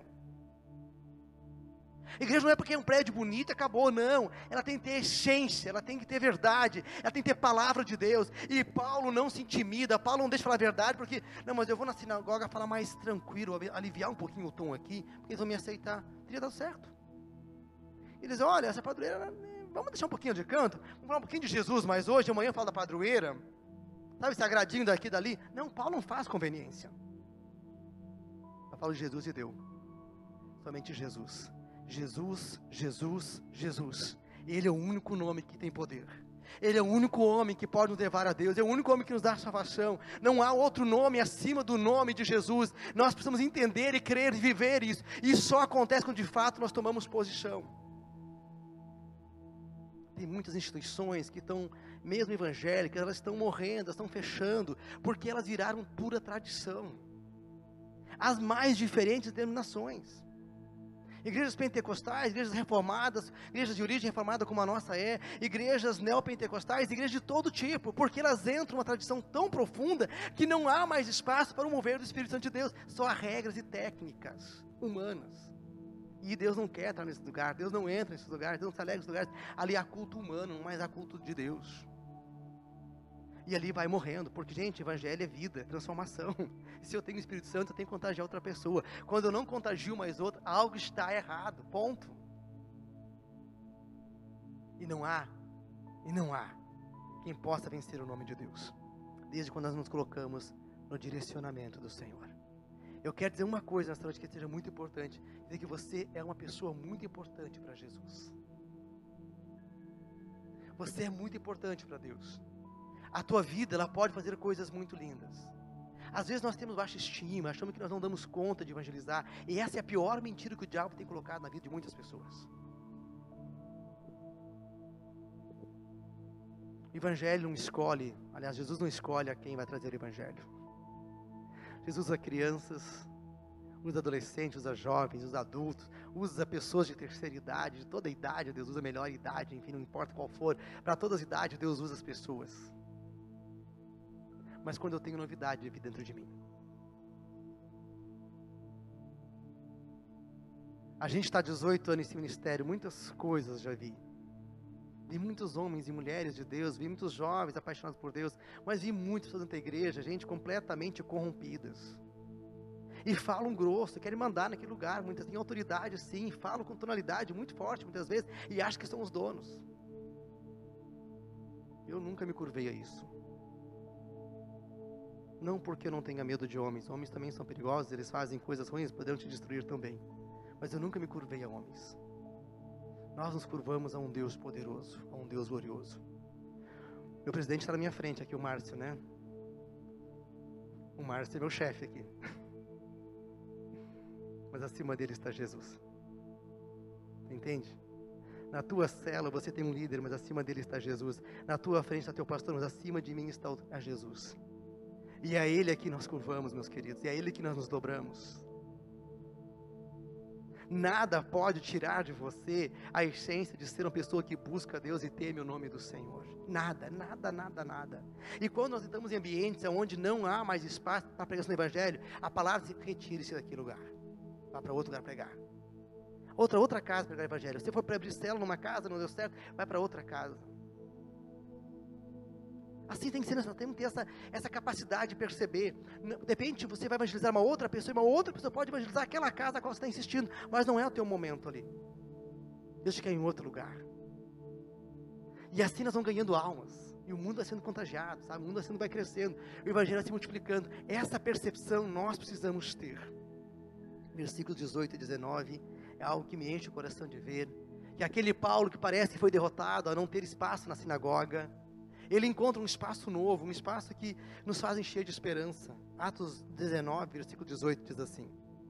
[SPEAKER 1] A igreja não é porque é um prédio bonito e acabou, não. Ela tem que ter essência, ela tem que ter verdade, ela tem que ter palavra de Deus. E Paulo não se intimida, Paulo não deixa falar a verdade, porque, não, mas eu vou na sinagoga falar mais tranquilo, aliviar um pouquinho o tom aqui, porque eles vão me aceitar. Teria dado certo. Eles, olha, essa padroeira, vamos deixar um pouquinho de canto, vamos falar um pouquinho de Jesus, mas hoje, amanhã eu falo da padroeira, sabe, esse agradinho daqui e dali. Não, Paulo não faz conveniência. Eu falo de Jesus e deu. Somente Jesus. Jesus, Jesus, Jesus. Ele é o único nome que tem poder. Ele é o único homem que pode nos levar a Deus. É o único homem que nos dá salvação. Não há outro nome acima do nome de Jesus. Nós precisamos entender e crer e viver isso. E isso só acontece quando de fato nós tomamos posição. Tem muitas instituições que estão, mesmo evangélicas, elas estão morrendo, elas estão fechando, porque elas viraram pura tradição. As mais diferentes denominações. igrejas pentecostais, igrejas reformadas, igrejas de origem reformada como a nossa é, igrejas neopentecostais, igrejas de todo tipo, porque elas entram numa tradição tão profunda que não há mais espaço para o mover do Espírito Santo de Deus, só há regras e técnicas humanas. E Deus não quer estar nesse lugar, Deus não entra nesses lugares, Deus não se alegra nesses lugares. Ali há culto humano, não mais há culto de Deus. E ali vai morrendo, porque, gente, evangelho é vida, transformação. E se eu tenho o Espírito Santo, eu tenho que contagiar outra pessoa. Quando eu não contagio mais outra, algo está errado, ponto. E não há, e não há quem possa vencer o nome de Deus, desde quando nós nos colocamos no direcionamento do Senhor. Eu quero dizer uma coisa nessa noite que seja muito importante, dizer que você é uma pessoa muito importante para Jesus. Você é muito importante para Deus. A tua vida, ela pode fazer coisas muito lindas. Às vezes nós temos baixa estima, achamos que nós não damos conta de evangelizar, e essa é a pior mentira que o diabo tem colocado na vida de muitas pessoas. O evangelho não escolhe, aliás, Jesus não escolhe a quem vai trazer o evangelho. Jesus usa crianças, usa adolescentes, usa jovens, usa adultos, usa pessoas de terceira idade, de toda idade. Deus usa a melhor idade, enfim, não importa qual for, para todas as idades Deus usa as pessoas. Mas quando eu tenho novidade de vida dentro de mim, a gente está há dezoito anos nesse ministério, muitas coisas já vi. Vi muitos homens e mulheres de Deus, vi muitos jovens apaixonados por Deus, mas vi muitas pessoas dentro da igreja, gente completamente corrompidas. E falam grosso, querem mandar naquele lugar, muitas têm autoridade sim, falam com tonalidade muito forte muitas vezes, e acham que são os donos. Eu nunca me curvei a isso. Não porque eu não tenha medo de homens, homens também são perigosos, eles fazem coisas ruins, poderão te destruir também. Mas eu nunca me curvei a homens. Nós nos curvamos a um Deus poderoso, a um Deus glorioso. Meu presidente está na minha frente aqui, o Márcio, né? O Márcio é meu chefe aqui. Mas acima dele está Jesus. Entende? Na tua cela você tem um líder, mas acima dele está Jesus. Na tua frente está teu pastor, mas acima de mim está a Jesus. E é a Ele que nós curvamos, meus queridos. E é a Ele que nós nos dobramos. Nada pode tirar de você a essência de ser uma pessoa que busca Deus e teme o nome do Senhor. Nada, nada, nada, nada. E quando nós estamos em ambientes onde não há mais espaço para a pregação do Evangelho, a palavra diz: retire-se daquele lugar. Vá para outro lugar pregar. Outra, outra casa pregar o Evangelho. Se você for para abrir célula numa casa, não deu certo, vai para outra casa. Assim tem que ser, nós temos que ter essa, essa capacidade de perceber. De repente você vai evangelizar uma outra pessoa, e uma outra pessoa pode evangelizar aquela casa a qual você está insistindo, mas não é o teu momento ali. Deus te quer em outro lugar. E assim nós vamos ganhando almas, e o mundo vai sendo contagiado, sabe? O mundo vai, sendo, vai crescendo, o evangelho vai se multiplicando. Essa percepção nós precisamos ter. Versículos dezoito e dezenove é algo que me enche o coração de ver, que aquele Paulo que parece que foi derrotado a não ter espaço na sinagoga, ele encontra um espaço novo, um espaço que nos faz encher de esperança. Atos dezenove, versículo dezoito, diz assim: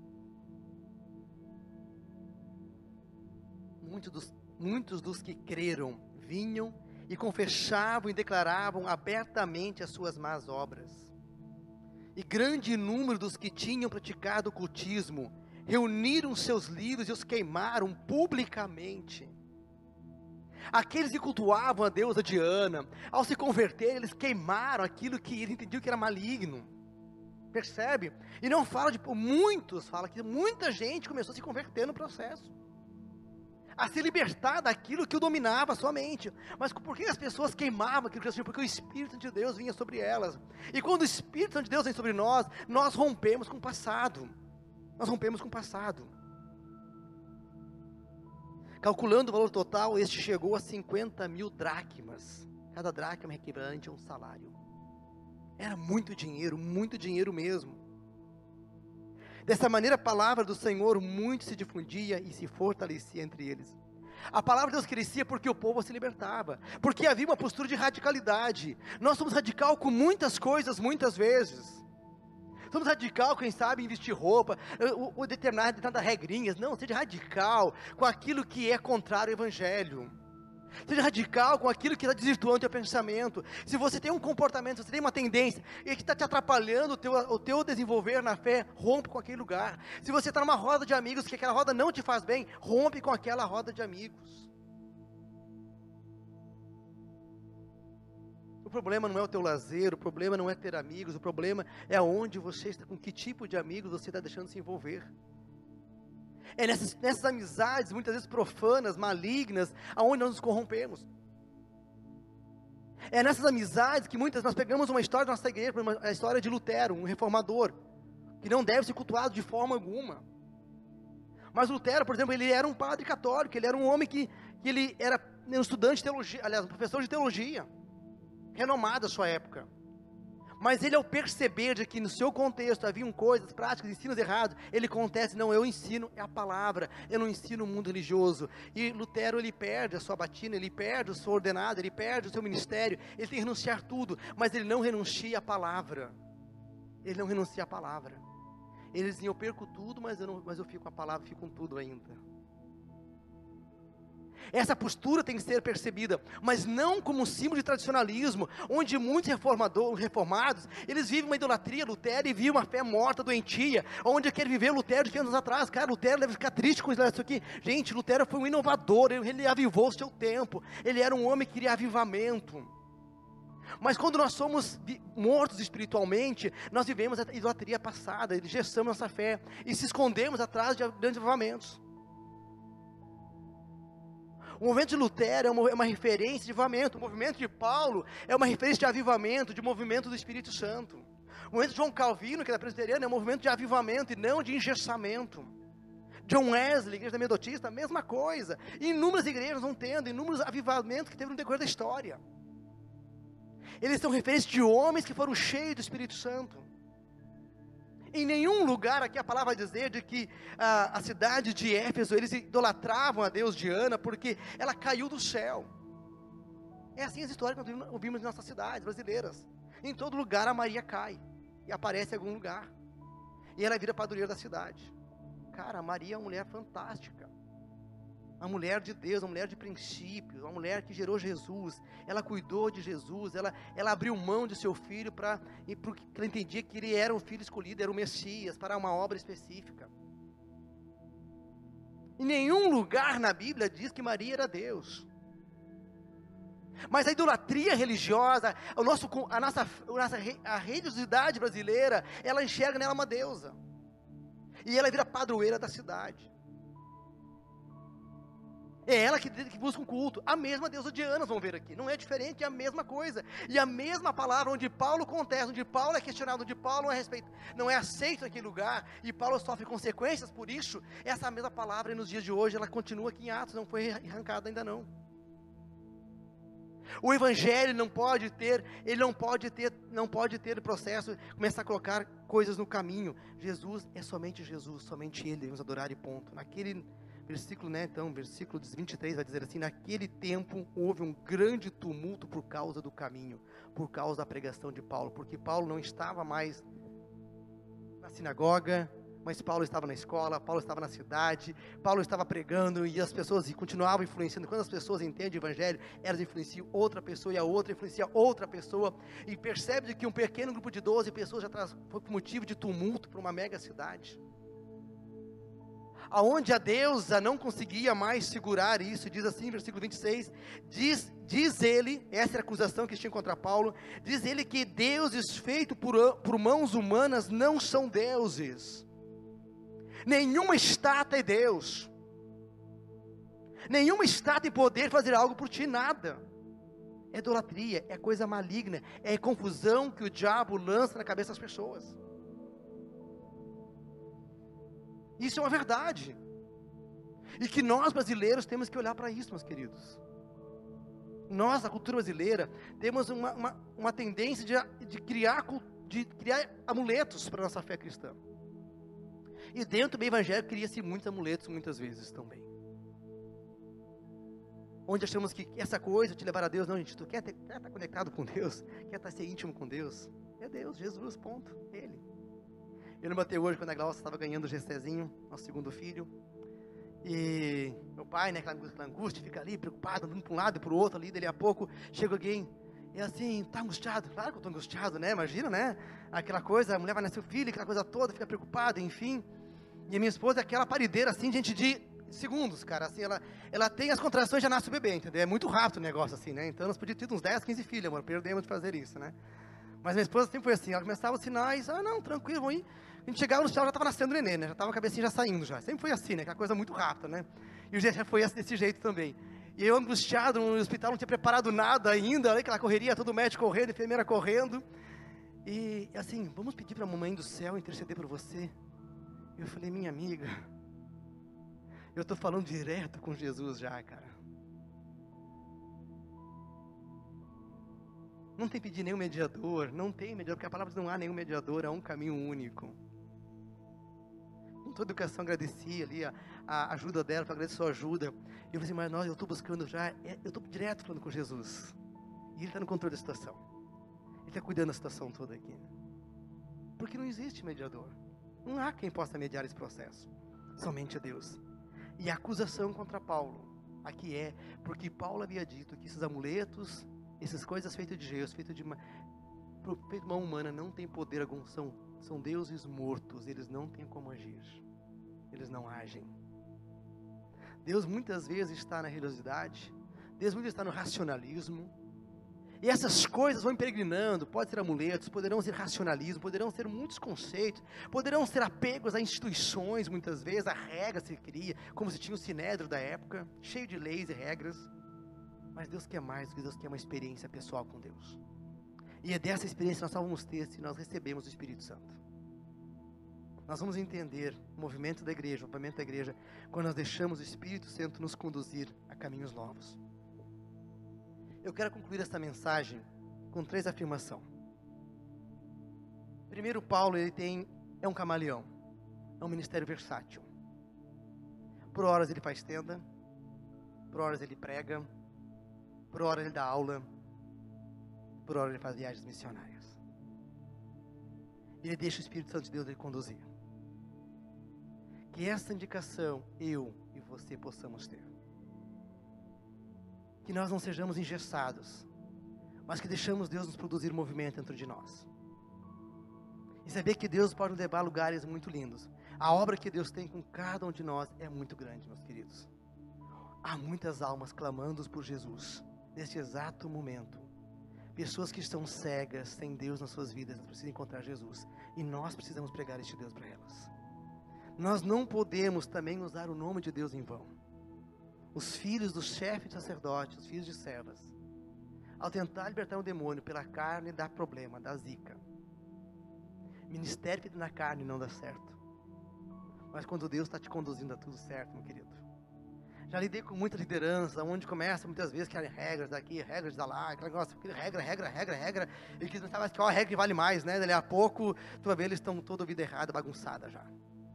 [SPEAKER 1] Muitos dos, muitos dos que creram vinham e confessavam e declaravam abertamente as suas más obras. E grande número dos que tinham praticado o cultismo reuniram seus livros e os queimaram publicamente. Aqueles que cultuavam a deusa Diana, ao se converter, eles queimaram aquilo que eles entendiam que era maligno. Percebe? E não fala de muitos, fala que muita gente começou a se converter no processo, a se libertar daquilo que o dominava a sua mente. Mas por que as pessoas queimavam aquilo que elas tinham? Porque o Espírito de Deus vinha sobre elas. E quando o Espírito de Deus vem sobre nós, nós rompemos com o passado. Nós rompemos com o passado. Calculando o valor total, este chegou a cinquenta mil dracmas. Cada dracma equivalente a um salário. Era muito dinheiro, muito dinheiro mesmo. Dessa maneira a palavra do Senhor muito se difundia e se fortalecia entre eles. A palavra de Deus crescia porque o povo se libertava, porque havia uma postura de radicalidade. Nós somos radical com muitas coisas, muitas vezes. Somos radical, quem sabe, em vestir roupa, ou, ou determinar determinadas regrinhas. Não, seja radical com aquilo que é contrário ao Evangelho. Seja radical com aquilo que está desvirtuando o teu pensamento. Se você tem um comportamento, se você tem uma tendência, e que está te atrapalhando o teu, o teu desenvolver na fé, rompe com aquele lugar. Se você está numa roda de amigos, que aquela roda não te faz bem, rompe com aquela roda de amigos. O problema não é o teu lazer, o problema não é ter amigos, o problema é onde você está, com que tipo de amigos você está deixando se envolver. É nessas, nessas amizades, muitas vezes profanas, malignas, aonde nós nos corrompemos. É nessas amizades que muitas, nós pegamos uma história da nossa igreja, a história de Lutero, um reformador, que não deve ser cultuado de forma alguma. Mas Lutero, por exemplo, ele era um padre católico, ele era um homem que, que ele era um estudante de teologia, aliás, um professor de teologia, renomado à sua época. Mas ele, ao perceber de que no seu contexto haviam coisas, práticas, ensinos errados, ele contesta: não, eu ensino é a palavra, eu não ensino o mundo religioso. E Lutero, ele perde a sua batina, ele perde o seu ordenado, ele perde o seu ministério, ele tem que renunciar tudo, mas ele não renuncia à palavra. Ele não renuncia à palavra. Ele dizia: eu perco tudo, mas eu, não, mas eu fico com a palavra, fico com tudo ainda. Essa postura tem que ser percebida, mas não como um símbolo de tradicionalismo, onde muitos reformadores, reformados, eles vivem uma idolatria. Lutero e vivem uma fé morta, doentia, onde quer viver Lutero de anos atrás. Cara, Lutero deve ficar triste com isso aqui. Gente, Lutero foi um inovador, ele, ele avivou o seu tempo, ele era um homem que queria avivamento. Mas quando nós somos mortos espiritualmente, nós vivemos a idolatria passada, engessamos nossa fé, e se escondemos atrás de grandes avivamentos. O movimento de Lutero é uma, é uma referência de avivamento. O movimento de Paulo é uma referência de avivamento, de movimento do Espírito Santo. O movimento de João Calvino, que é da presbiteriana, é um movimento de avivamento e não de engessamento. John Wesley, igreja da Metodista, a mesma coisa. E inúmeras igrejas vão tendo, inúmeros avivamentos que teve no decorrer da história. Eles são referências de homens que foram cheios do Espírito Santo. Em nenhum lugar aqui a palavra vai dizer de que a, a cidade de Éfeso, eles idolatravam a Deus Diana, porque ela caiu do céu. É assim as histórias que nós ouvimos em nossas cidades brasileiras. Em todo lugar a Maria cai, e aparece em algum lugar, e ela vira padroeira da cidade. Cara, a Maria é uma mulher fantástica, uma mulher de Deus, uma mulher de princípios, uma mulher que gerou Jesus. Ela cuidou de Jesus, ela, ela abriu mão de seu filho, para, porque ela entendia que ele era um filho escolhido, era o Messias, para uma obra específica. Em nenhum lugar na Bíblia diz que Maria era Deus. Mas a idolatria religiosa, o nosso, a nossa, a nossa a religiosidade brasileira, ela enxerga nela uma deusa, e ela vira padroeira da cidade. É ela que, que busca um culto. A mesma deusa Diana, vão ver aqui. Não é diferente, é a mesma coisa. E a mesma palavra, onde Paulo contesta, onde Paulo é questionado, onde Paulo não é, respeito, não é aceito naquele lugar, e Paulo sofre consequências por isso. Essa mesma palavra, nos dias de hoje, ela continua aqui em Atos, não foi arrancada ainda não. O Evangelho não pode ter, ele não pode ter, não pode ter o processo, começar a colocar coisas no caminho. Jesus é somente Jesus, somente Ele, devemos adorar e ponto. Naquele versículo, né, então, versículo vinte e três vai dizer assim: naquele tempo houve um grande tumulto por causa do caminho, por causa da pregação de Paulo, porque Paulo não estava mais na sinagoga, mas Paulo estava na escola, Paulo estava na cidade, Paulo estava pregando, e as pessoas continuavam influenciando. Quando as pessoas entendem o Evangelho, elas influenciam outra pessoa, e a outra influencia outra pessoa, e percebe que um pequeno grupo de doze pessoas já traz, foi motivo de tumulto para uma mega cidade, aonde a deusa não conseguia mais segurar isso. Diz assim, versículo vinte e seis, diz, diz ele, essa era a acusação que tinha contra Paulo, diz ele que deuses feitos por, por mãos humanas não são deuses. Nenhuma estátua é Deus, nenhuma estátua tem poder de fazer algo por ti, nada. É idolatria, é coisa maligna, é confusão que o diabo lança na cabeça das pessoas. Isso é uma verdade, e que nós brasileiros temos que olhar para isso, meus queridos. Nós, a cultura brasileira, temos uma, uma, uma tendência de, de, criar, de criar amuletos para a nossa fé cristã. E dentro do evangelho cria-se muitos amuletos, muitas vezes também, onde achamos que essa coisa te levar a Deus. Não, gente, tu quer, ter, quer estar conectado com Deus, quer estar ser íntimo com Deus, é Deus, Jesus, ponto, Ele. Eu lembro até hoje, quando a Glaucia estava ganhando o Gessézinho, nosso segundo filho, E meu pai, né, aquela angústia, aquela angústia, fica ali preocupado, andando para um lado e para o outro ali, dali a pouco chega alguém, e assim, tá angustiado? Claro que eu tô angustiado, né, imagina, né, aquela coisa, a mulher vai nascer o filho, aquela coisa toda, fica preocupada, enfim, e a minha esposa é aquela parideira assim, gente, de segundos, cara, assim, ela, ela tem as contrações, já nasce o bebê, entendeu, é muito rápido o negócio assim, né, então nós podíamos ter uns dez, quinze filhos, amor, perdemos de fazer isso, né, mas minha esposa sempre foi assim, ela começava os sinais, ah não, tranquilo, vamos ir. A gente chegava no hospital, já estava nascendo o neném, né? Já estava a cabecinha já saindo já. Sempre foi assim, né? Aquela coisa muito rápida, né? E o jeito já foi desse jeito também. E eu angustiado no hospital, não tinha preparado nada ainda, né? Aquela correria, todo médico correndo, enfermeira correndo. E assim, vamos pedir para a mamãe do céu interceder por você. Eu falei, minha amiga, eu estou falando direto com Jesus já, cara. Não tem que pedir nenhum mediador, não tem mediador, porque a palavra diz não há nenhum mediador, há um caminho único. Com toda a educação, agradeci ali a, a ajuda dela, para agradecer a sua ajuda. E eu falei assim, mas nós, eu estou buscando já, eu estou direto falando com Jesus. E Ele está no controle da situação. Ele está cuidando da situação toda aqui. Porque não existe mediador. Não há quem possa mediar esse processo. Somente Deus. E a acusação contra Paulo, aqui é, porque Paulo havia dito que esses amuletos, essas coisas feitas de gesso, feitas de uma, feito de mão humana, não tem poder algum, são, são deuses mortos, eles não têm como agir. Eles não agem. Deus muitas vezes está na religiosidade, Deus muitas vezes está no racionalismo, e essas coisas vão peregrinando, pode ser amuletos, poderão ser racionalismo, poderão ser muitos conceitos, poderão ser apegos a instituições muitas vezes, a regras que se cria, como se tinha o sinédrio da época, cheio de leis e regras, mas Deus quer mais, porque Deus quer uma experiência pessoal com Deus, e é dessa experiência que nós só vamos ter se nós recebemos o Espírito Santo. Nós vamos entender o movimento da igreja, o movimento da igreja, quando nós deixamos o Espírito Santo nos conduzir a caminhos novos. Eu quero concluir essa mensagem com três afirmações. Primeiro, Paulo, ele tem, é um camaleão, é um ministério versátil. Por horas ele faz tenda, por horas ele prega, por horas ele dá aula, por horas ele faz viagens missionárias. Ele deixa o Espírito Santo de Deus ele conduzir. Que essa indicação, eu e você possamos ter. Que nós não sejamos engessados, mas que deixamos Deus nos produzir movimento dentro de nós. E saber que Deus pode nos levar a lugares muito lindos. A obra que Deus tem com cada um de nós é muito grande, meus queridos. Há muitas almas clamando por Jesus, neste exato momento. Pessoas que estão cegas, sem Deus nas suas vidas, elas precisam encontrar Jesus. E nós precisamos pregar este Deus para elas. Nós não podemos também usar o nome de Deus em vão. Os filhos dos chefes de sacerdotes, os filhos de servas, ao tentar libertar um demônio pela carne, dá problema, dá zica. Ministério feito na carne não dá certo. Mas quando Deus está te conduzindo, dá tudo certo, meu querido. Já lidei com muita liderança, onde começa muitas vezes que há regras daqui, regras da lá, aquele negócio, regra, regra, regra, regra, e que não sabe que ó, a regra que vale mais, né? Dali a pouco, tu vai ver, eles estão toda a vida errada, bagunçada já.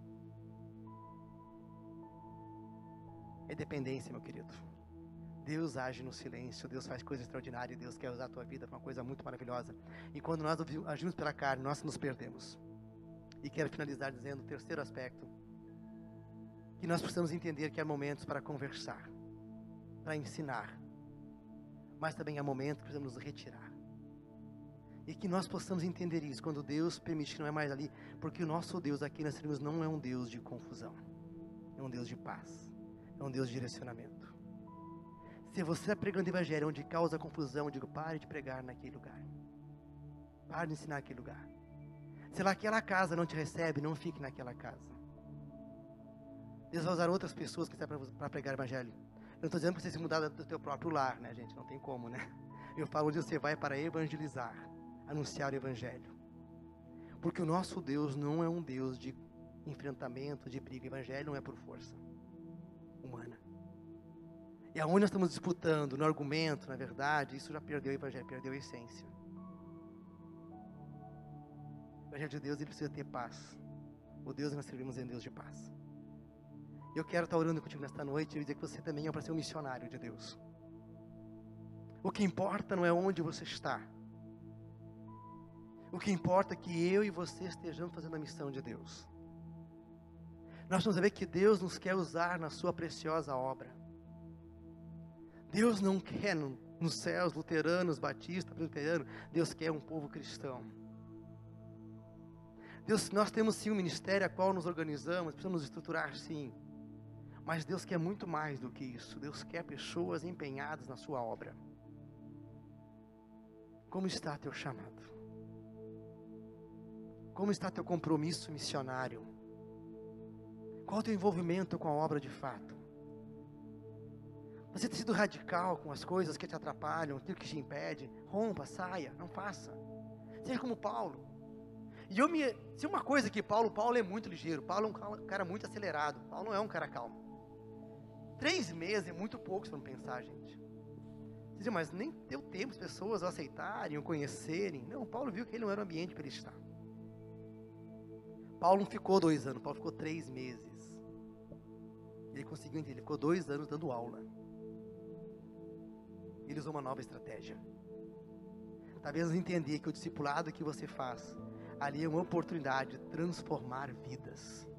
[SPEAKER 1] É dependência, meu querido. Deus age no silêncio, Deus faz coisas extraordinárias, Deus quer usar a tua vida para uma coisa muito maravilhosa. E quando nós agimos pela carne, nós nos perdemos. E quero finalizar dizendo o terceiro aspecto, que nós precisamos entender que há momentos para conversar, para ensinar, mas também há momentos que precisamos nos retirar. E que nós possamos entender isso, quando Deus permite que não é mais ali, porque o nosso Deus aqui nós seremos não é um Deus de confusão, é um Deus de paz, é um Deus de direcionamento. Se você está pregando o evangelho onde causa confusão, eu digo, pare de pregar naquele lugar, pare de ensinar naquele lugar. Se naquela casa não te recebe, não fique naquela casa. Deus vai usar outras pessoas que estão para pregar o evangelho. Eu não estou dizendo para você se mudar do teu próprio lar, né, gente? Não tem como, né? Eu falo onde você vai para evangelizar, anunciar o evangelho. Porque o nosso Deus não é um Deus de enfrentamento, de briga. O evangelho não é por força humana. E aonde nós estamos disputando, no argumento, na verdade, isso já perdeu o evangelho, perdeu a essência. O evangelho de Deus, ele precisa ter paz. O Deus que nós servimos é um Deus de paz. Eu quero estar orando contigo nesta noite e dizer que você também é para ser um missionário de Deus. O que importa não é onde você está. O que importa é que eu e você estejamos fazendo a missão de Deus. Nós vamos ver que Deus nos quer usar na sua preciosa obra. Deus não quer no, nos céus luteranos, batistas, presbiterianos. Deus quer um povo cristão. Deus, nós temos sim um ministério a qual nos organizamos, precisamos nos estruturar sim. Mas Deus quer muito mais do que isso. Deus quer pessoas empenhadas na sua obra. Como está teu chamado? Como está teu compromisso missionário? Qual é o teu envolvimento com a obra de fato? Você tem sido radical com as coisas que te atrapalham, aquilo que te impede? Rompa, saia, não faça. Seja como Paulo. E eu me... Se uma coisa que Paulo, Paulo é muito ligeiro. Paulo é um cara muito acelerado. Paulo não é um cara calmo. Três meses é muito pouco, se não pensar, gente. Você diz, mas nem deu tempo as pessoas o aceitarem, o conhecerem. Não, Paulo viu que ele não era o ambiente para ele estar. Paulo não ficou dois anos, Paulo ficou três meses. Ele conseguiu entender, ele ficou dois anos dando aula. Ele usou uma nova estratégia. Talvez entender que o discipulado que você faz, ali é uma oportunidade de transformar vidas.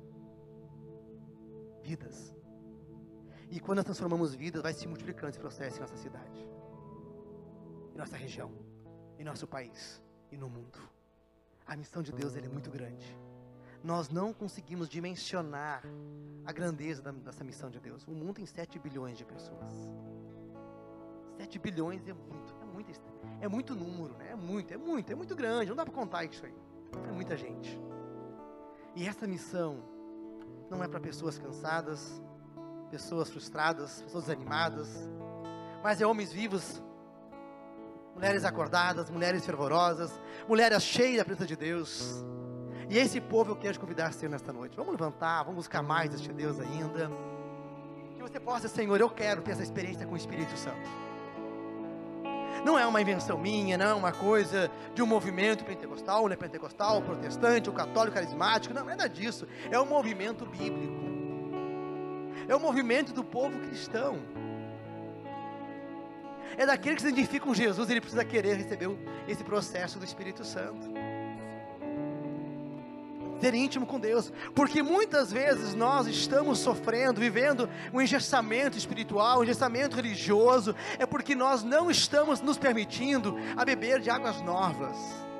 [SPEAKER 1] Vidas. E quando nós transformamos vidas, vai se multiplicando esse processo em nossa cidade, em nossa região, em nosso país e no mundo. A missão de Deus ela é muito grande. Nós não conseguimos dimensionar a grandeza da, dessa missão de Deus. O mundo tem sete bilhões de pessoas. sete bilhões é muito, é muito, é muito número, né? É muito, é muito, é muito grande. Não dá para contar isso aí. É muita gente. E essa missão não é para pessoas cansadas, pessoas frustradas, pessoas desanimadas, mas é homens vivos, mulheres acordadas, mulheres fervorosas, mulheres cheias da presença de Deus. E esse povo eu quero te convidar a ser nesta noite. Vamos levantar, vamos buscar mais deste Deus ainda. Que você possa, Senhor, eu quero ter essa experiência com o Espírito Santo. Não é uma invenção minha, não é uma coisa de um movimento pentecostal, não é pentecostal, protestante, ou católico, carismático, não, não é nada disso. É um movimento bíblico. É o movimento do povo cristão. É daquele que se identifica com Jesus, ele precisa querer receber esse processo do Espírito Santo. Ser íntimo com Deus. Porque muitas vezes nós estamos sofrendo, vivendo um engessamento espiritual, um engessamento religioso. É porque nós não estamos nos permitindo a beber de águas novas.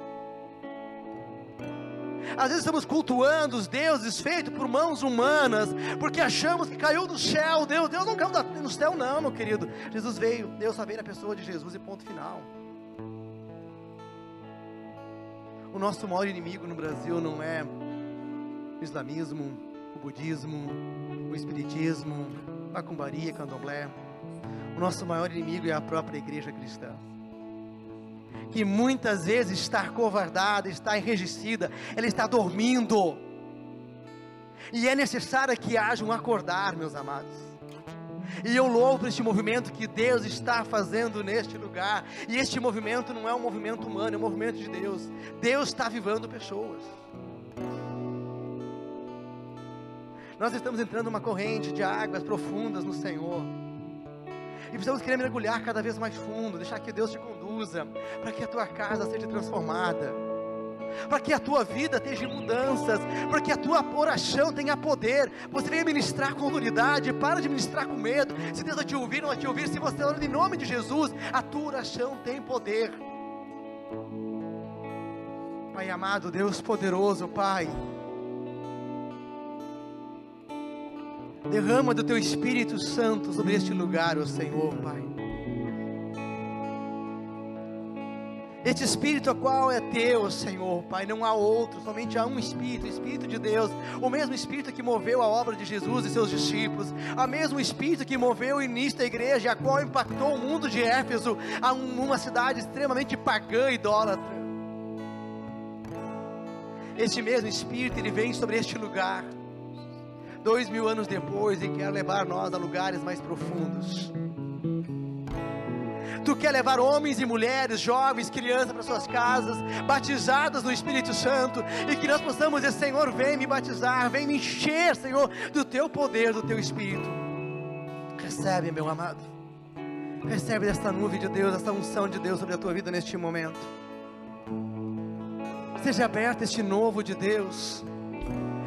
[SPEAKER 1] Às vezes estamos cultuando os deuses feitos por mãos humanas, porque achamos que caiu do céu, Deus, Deus não caiu no céu não, meu querido. Jesus veio, Deus só veio na pessoa de Jesus e ponto final. O nosso maior inimigo no Brasil não é o islamismo, o budismo, o espiritismo, a macumbaria, candomblé. O nosso maior inimigo é a própria igreja cristã, que muitas vezes está covardada, está enrijecida, ela está dormindo, e é necessário que haja um acordar, meus amados. E eu louvo este movimento que Deus está fazendo neste lugar, e este movimento não é um movimento humano, é um movimento de Deus. Deus está avivando pessoas. Nós estamos entrando numa corrente de águas profundas no Senhor, e precisamos querer mergulhar cada vez mais fundo, deixar que Deus te conduza, para que a tua casa seja transformada, para que a tua vida tenha mudanças, para que a tua oração tenha poder. Você venha ministrar com autoridade, para de ministrar com medo. Se Deus vai te ouvir, não vai te ouvir, se você ora em nome de Jesus, a tua oração tem poder. Pai amado, Deus poderoso, Pai, derrama do Teu Espírito Santo sobre este lugar, ó Senhor, Pai. Este Espírito a qual é Teu, Senhor, Pai, não há outro, somente há um Espírito, o Espírito de Deus, o mesmo Espírito que moveu a obra de Jesus e seus discípulos, o mesmo Espírito que moveu o início da igreja, a qual impactou o mundo de Éfeso, a uma cidade extremamente pagã e idólatra. Este mesmo Espírito, ele vem sobre este lugar, dois mil anos depois, e quer levar nós a lugares mais profundos. Tu quer levar homens e mulheres, jovens, crianças para suas casas, batizadas no Espírito Santo, e que nós possamos dizer: Senhor, vem me batizar, vem me encher, Senhor, do Teu poder, do Teu Espírito. Recebe, meu amado, recebe desta nuvem de Deus, esta unção de Deus sobre a tua vida neste momento. Seja aberto este novo de Deus.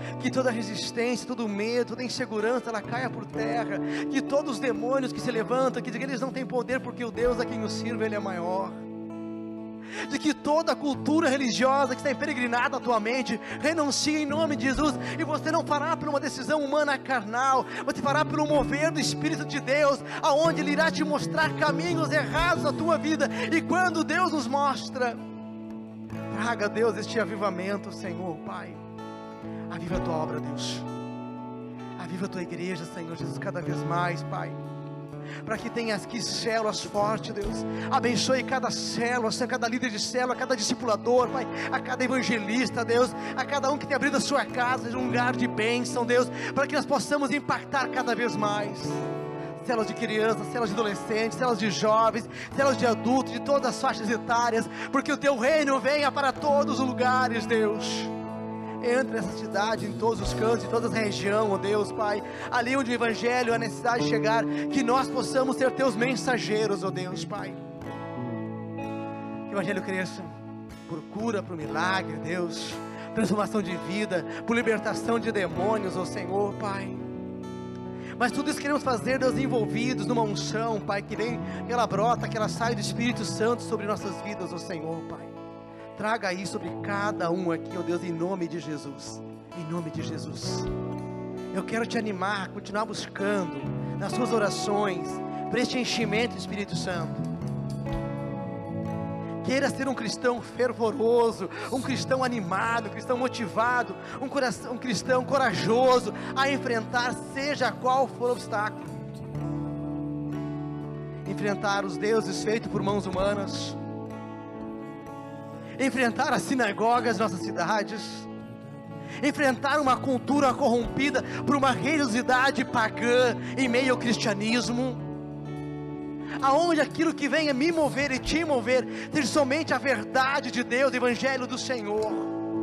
[SPEAKER 1] que toda resistência, todo medo, toda insegurança, ela caia por terra, que todos os demônios que se levantam, que dizem que eles não têm poder porque o Deus a quem eu sirvo, Ele é maior, de que toda a cultura religiosa que está emperegrinada à tua mente, renuncie em nome de Jesus, e você não fará por uma decisão humana carnal, você fará pelo mover do Espírito de Deus, aonde Ele irá te mostrar caminhos errados na tua vida, e quando Deus nos mostra, traga, Deus, este avivamento, Senhor, Pai, aviva a tua obra, Deus, aviva a tua igreja, Senhor Jesus, cada vez mais, Pai, para que tenha aqui células fortes, Deus, abençoe cada célula, Senhor, cada líder de célula, cada discipulador, Pai, a cada evangelista, Deus, a cada um que tem abrido a sua casa, seja um lugar de bênção, Deus, para que nós possamos impactar cada vez mais, células de crianças, células de adolescentes, células de jovens, células de adultos, de todas as faixas etárias, porque o teu reino venha para todos os lugares, Deus. Entra nessa cidade, em todos os cantos, em todas as regiões, ó Deus, Pai, ali onde o Evangelho, a necessidade de chegar, que nós possamos ser teus mensageiros, ó Deus, Pai, que o Evangelho cresça, por cura, por milagre, Deus, transformação de vida, por libertação de demônios, ó Senhor, Pai, mas tudo isso queremos fazer, Deus, envolvidos numa unção, Pai, que vem, que ela brota, que ela sai do Espírito Santo sobre nossas vidas, ó Senhor, Pai. Traga aí sobre cada um aqui, ó Deus, em nome de Jesus, em nome de Jesus. Eu quero te animar a continuar buscando nas suas orações, por este enchimento do Espírito Santo. Queira ser um cristão fervoroso, um cristão animado, um cristão motivado, um, coração, um cristão corajoso a enfrentar seja qual for o obstáculo. Enfrentar os deuses feitos por mãos humanas, enfrentar as sinagogas das nossas cidades, enfrentar uma cultura corrompida por uma religiosidade pagã em meio ao cristianismo, aonde aquilo que venha me mover e te mover, seja somente a verdade de Deus, o Evangelho do Senhor,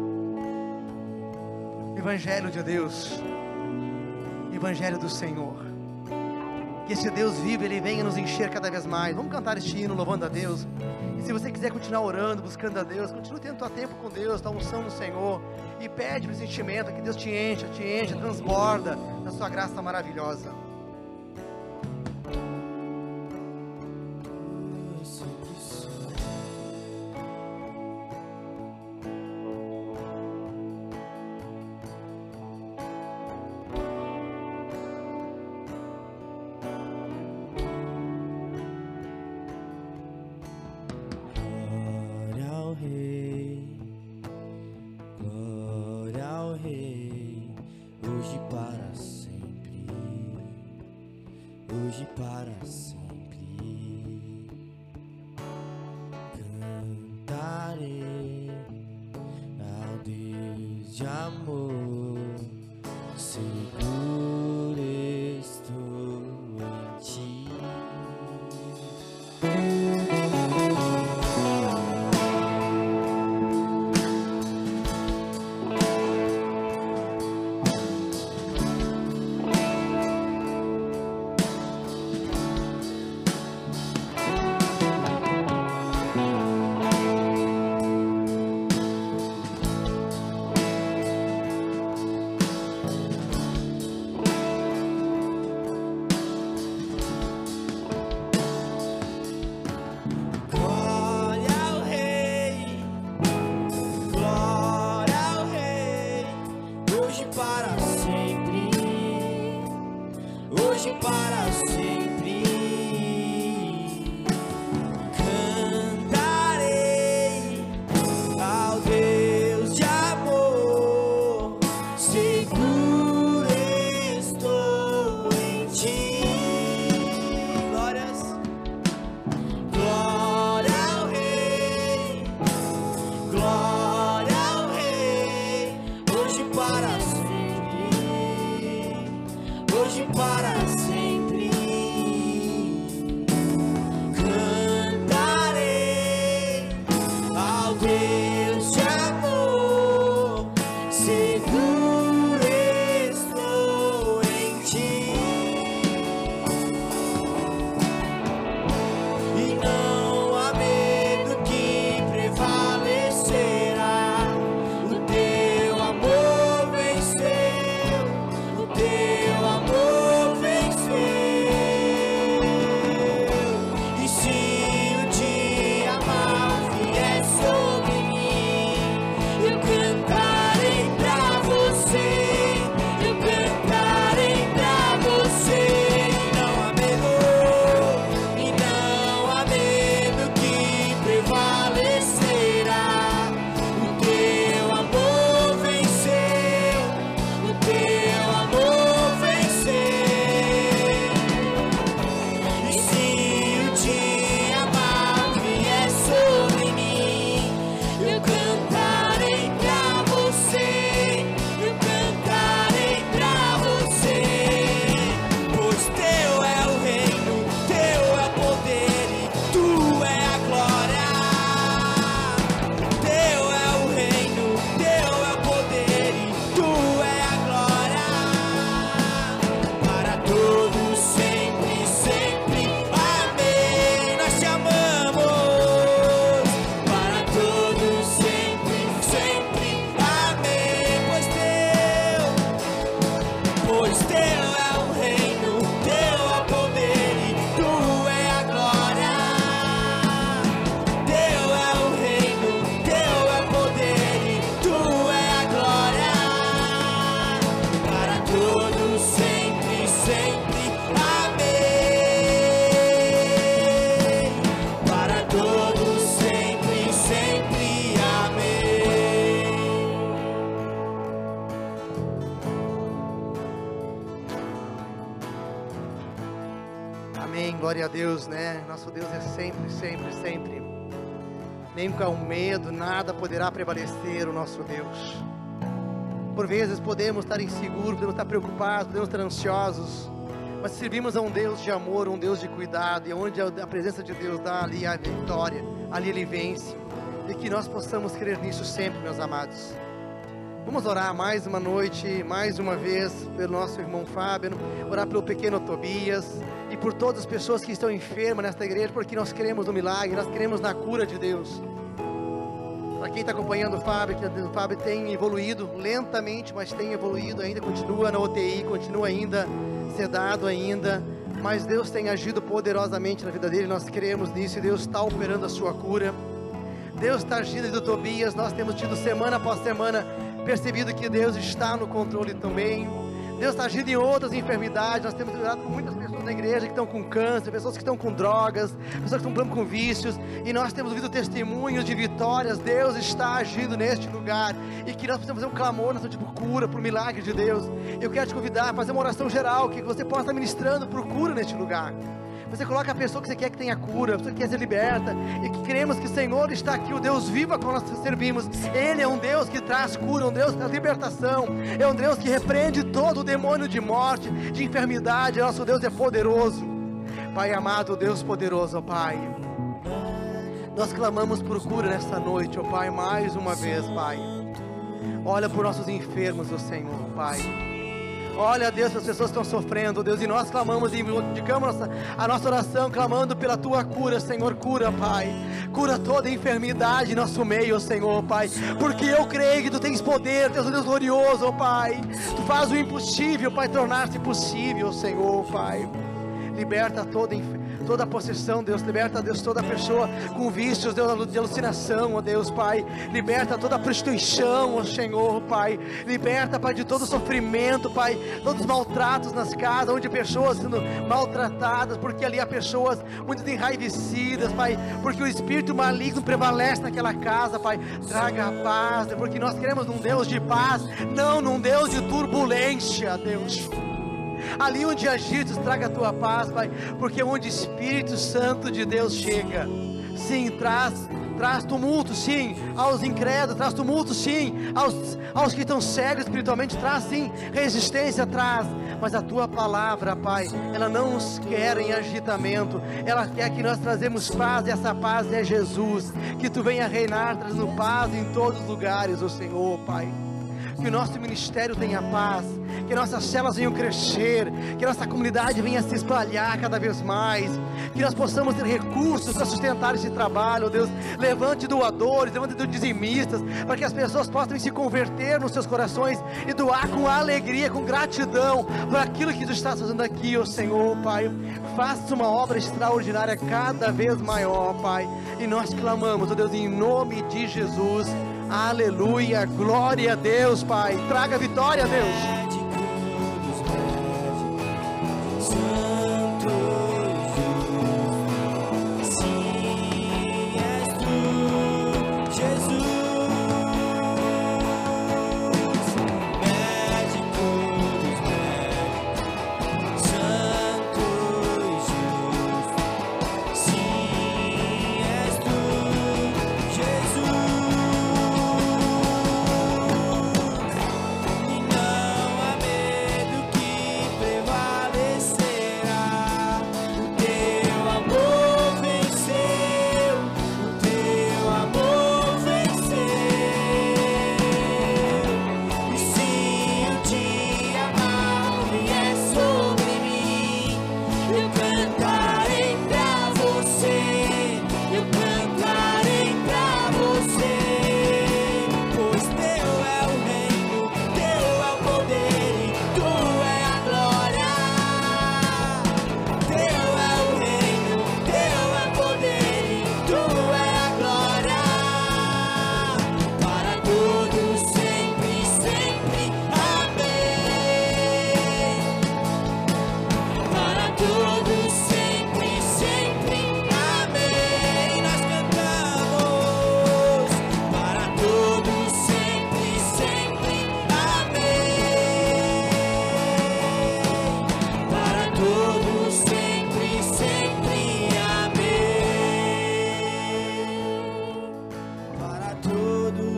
[SPEAKER 1] Evangelho de Deus, Evangelho do Senhor, que esse Deus vivo, Ele venha nos encher cada vez mais. Vamos cantar este hino louvando a Deus, e se você quiser continuar orando, buscando a Deus, continue tendo teu tempo com Deus, tua unção no Senhor, e pede para esse sentimento que Deus te encha, te encha, transborda da sua graça maravilhosa. glória a Deus, né? Nosso Deus é sempre, sempre, sempre. Nem com o medo, nada poderá prevalecer o nosso Deus. Por vezes podemos estar inseguros, podemos estar preocupados, podemos estar ansiosos, mas servimos a um Deus de amor, um Deus de cuidado, e onde a presença de Deus dá, ali a vitória, ali Ele vence. E que nós possamos crer nisso sempre, meus amados. Vamos orar mais uma noite, mais uma vez, pelo nosso irmão Fábio, orar pelo pequeno Tobias e por todas as pessoas que estão enfermas nesta igreja, porque nós queremos no milagre, nós queremos na cura de Deus. Para quem está acompanhando o Fábio, que o Fábio tem evoluído lentamente, mas tem evoluído ainda, continua na U T I, continua ainda sedado ainda, mas Deus tem agido poderosamente na vida dele, nós cremos nisso, e Deus está operando a sua cura. Deus está agindo do Tobias, nós temos tido semana após semana percebido que Deus está no controle também. Deus está agindo em outras enfermidades. Nós temos lidado com muitas pessoas na igreja que estão com câncer, pessoas que estão com drogas, pessoas que estão com vícios, e nós temos ouvido testemunhos de vitórias. Deus está agindo neste lugar, e que nós precisamos fazer um clamor nessa tipo cura, por milagre de Deus. Eu quero te convidar a fazer uma oração geral, que você possa estar ministrando por cura neste lugar. Você coloca a pessoa que você quer que tenha cura, a pessoa que quer ser liberta, e que cremos que o Senhor está aqui, o Deus vivo a qual nós servimos. Ele é um Deus que traz cura, um Deus que traz libertação, é um Deus que repreende todo o demônio de morte, de enfermidade. Nosso Deus é poderoso. Pai amado, Deus poderoso, ó Pai, nós clamamos por cura nesta noite, ó Pai, mais uma vez, Pai. Olha por nossos enfermos, ó Senhor, Pai. Olha, Deus, as pessoas estão sofrendo, Deus, e nós clamamos e dedicamos a nossa oração, clamando pela Tua cura, Senhor. Cura, Pai, cura toda enfermidade em nosso meio, Senhor, Pai, porque eu creio que Tu tens poder, Deus, Deus glorioso, Pai. Tu faz o impossível, Pai, tornar-se possível, Senhor, Pai. Liberta toda enfermidade, toda a possessão, Deus, liberta, Deus, toda pessoa com vícios, Deus, de alucinação, ó Deus, Pai, liberta toda a prostituição, ó Senhor, Pai, liberta, Pai, de todo sofrimento, Pai, todos os maltratos nas casas, onde pessoas sendo maltratadas, porque ali há pessoas muito enraivecidas, Pai, porque o espírito maligno prevalece naquela casa, Pai. Traga a paz, porque nós queremos num Deus de paz, não num Deus de turbulência, Deus. Ali onde agires, traga a Tua paz, Pai, porque onde o Espírito Santo de Deus chega, sim, traz, traz tumulto, sim, aos incrédulos, traz tumulto, sim, aos, aos que estão cegos espiritualmente, traz, sim, resistência, traz, mas a Tua palavra, Pai, ela não nos quer em agitamento, ela quer que nós trazemos paz, e essa paz é Jesus, que Tu venha reinar, trazendo paz em todos os lugares, ó Senhor, Pai. Que o nosso ministério tenha paz, que nossas células venham crescer, que nossa comunidade venha se espalhar cada vez mais, que nós possamos ter recursos para sustentar esse trabalho, ó Deus. Levante doadores, levante dizimistas, para que as pessoas possam se converter nos seus corações e doar com alegria, com gratidão, por aquilo que Tu estás fazendo aqui, ó Senhor, Pai. Faça uma obra extraordinária cada vez maior, Pai, e nós clamamos, ó Deus, em nome de Jesus. Aleluia, glória a Deus, Pai. Traga vitória, Deus.
[SPEAKER 2] Venceu, o Teu amor venceu.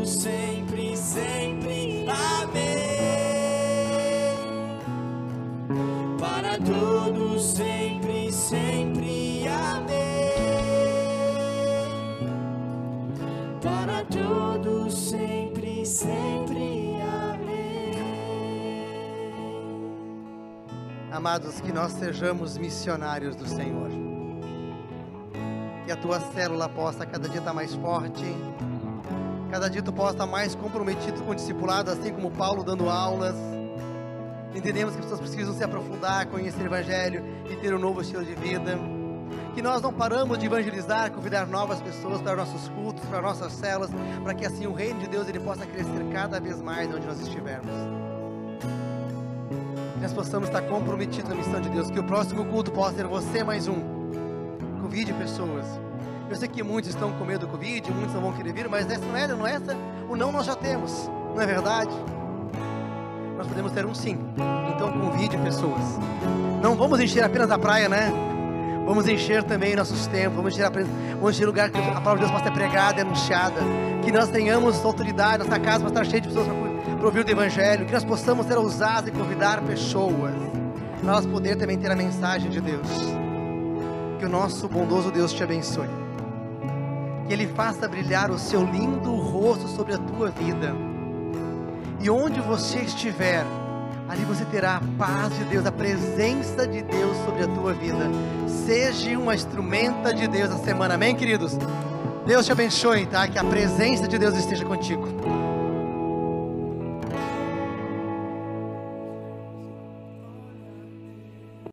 [SPEAKER 2] sempre, sempre, amém. Para todos, sempre, sempre, amém. Para todos, sempre, sempre, amém.
[SPEAKER 1] Amados, que nós sejamos missionários do Senhor. Que a tua célula possa cada dia estar mais forte. Cada dia tu possa estar mais comprometido com o discipulado, assim como Paulo dando aulas. Entendemos que as pessoas precisam se aprofundar, conhecer o Evangelho e ter um novo estilo de vida. Que nós não paramos de evangelizar, convidar novas pessoas para nossos cultos, para nossas células, para que assim o reino de Deus ele possa crescer cada vez mais onde nós estivermos. Que nós possamos estar comprometidos na missão de Deus, que o próximo culto possa ser você mais um. Convide pessoas. Eu sei que muitos estão com medo do Covid, muitos não vão querer vir, mas essa não é, não é essa, o não nós já temos, não é verdade? Nós podemos ter um sim, então convide pessoas. Não vamos encher apenas a praia, né? Vamos encher também nossos tempos, vamos encher, a, vamos encher lugar que a palavra de Deus possa ser pregada e anunciada, que nós tenhamos autoridade, nossa casa possa estar cheia de pessoas para ouvir o Evangelho, que nós possamos ser ousados e convidar pessoas, para nós poder também ter a mensagem de Deus. Que o nosso bondoso Deus te abençoe. Que Ele faça brilhar o seu lindo rosto sobre a tua vida. E onde você estiver, ali você terá a paz de Deus, a presença de Deus sobre a tua vida. Seja uma instrumenta de Deus na semana, amém, queridos? Deus te abençoe, tá? Que a presença de Deus esteja contigo.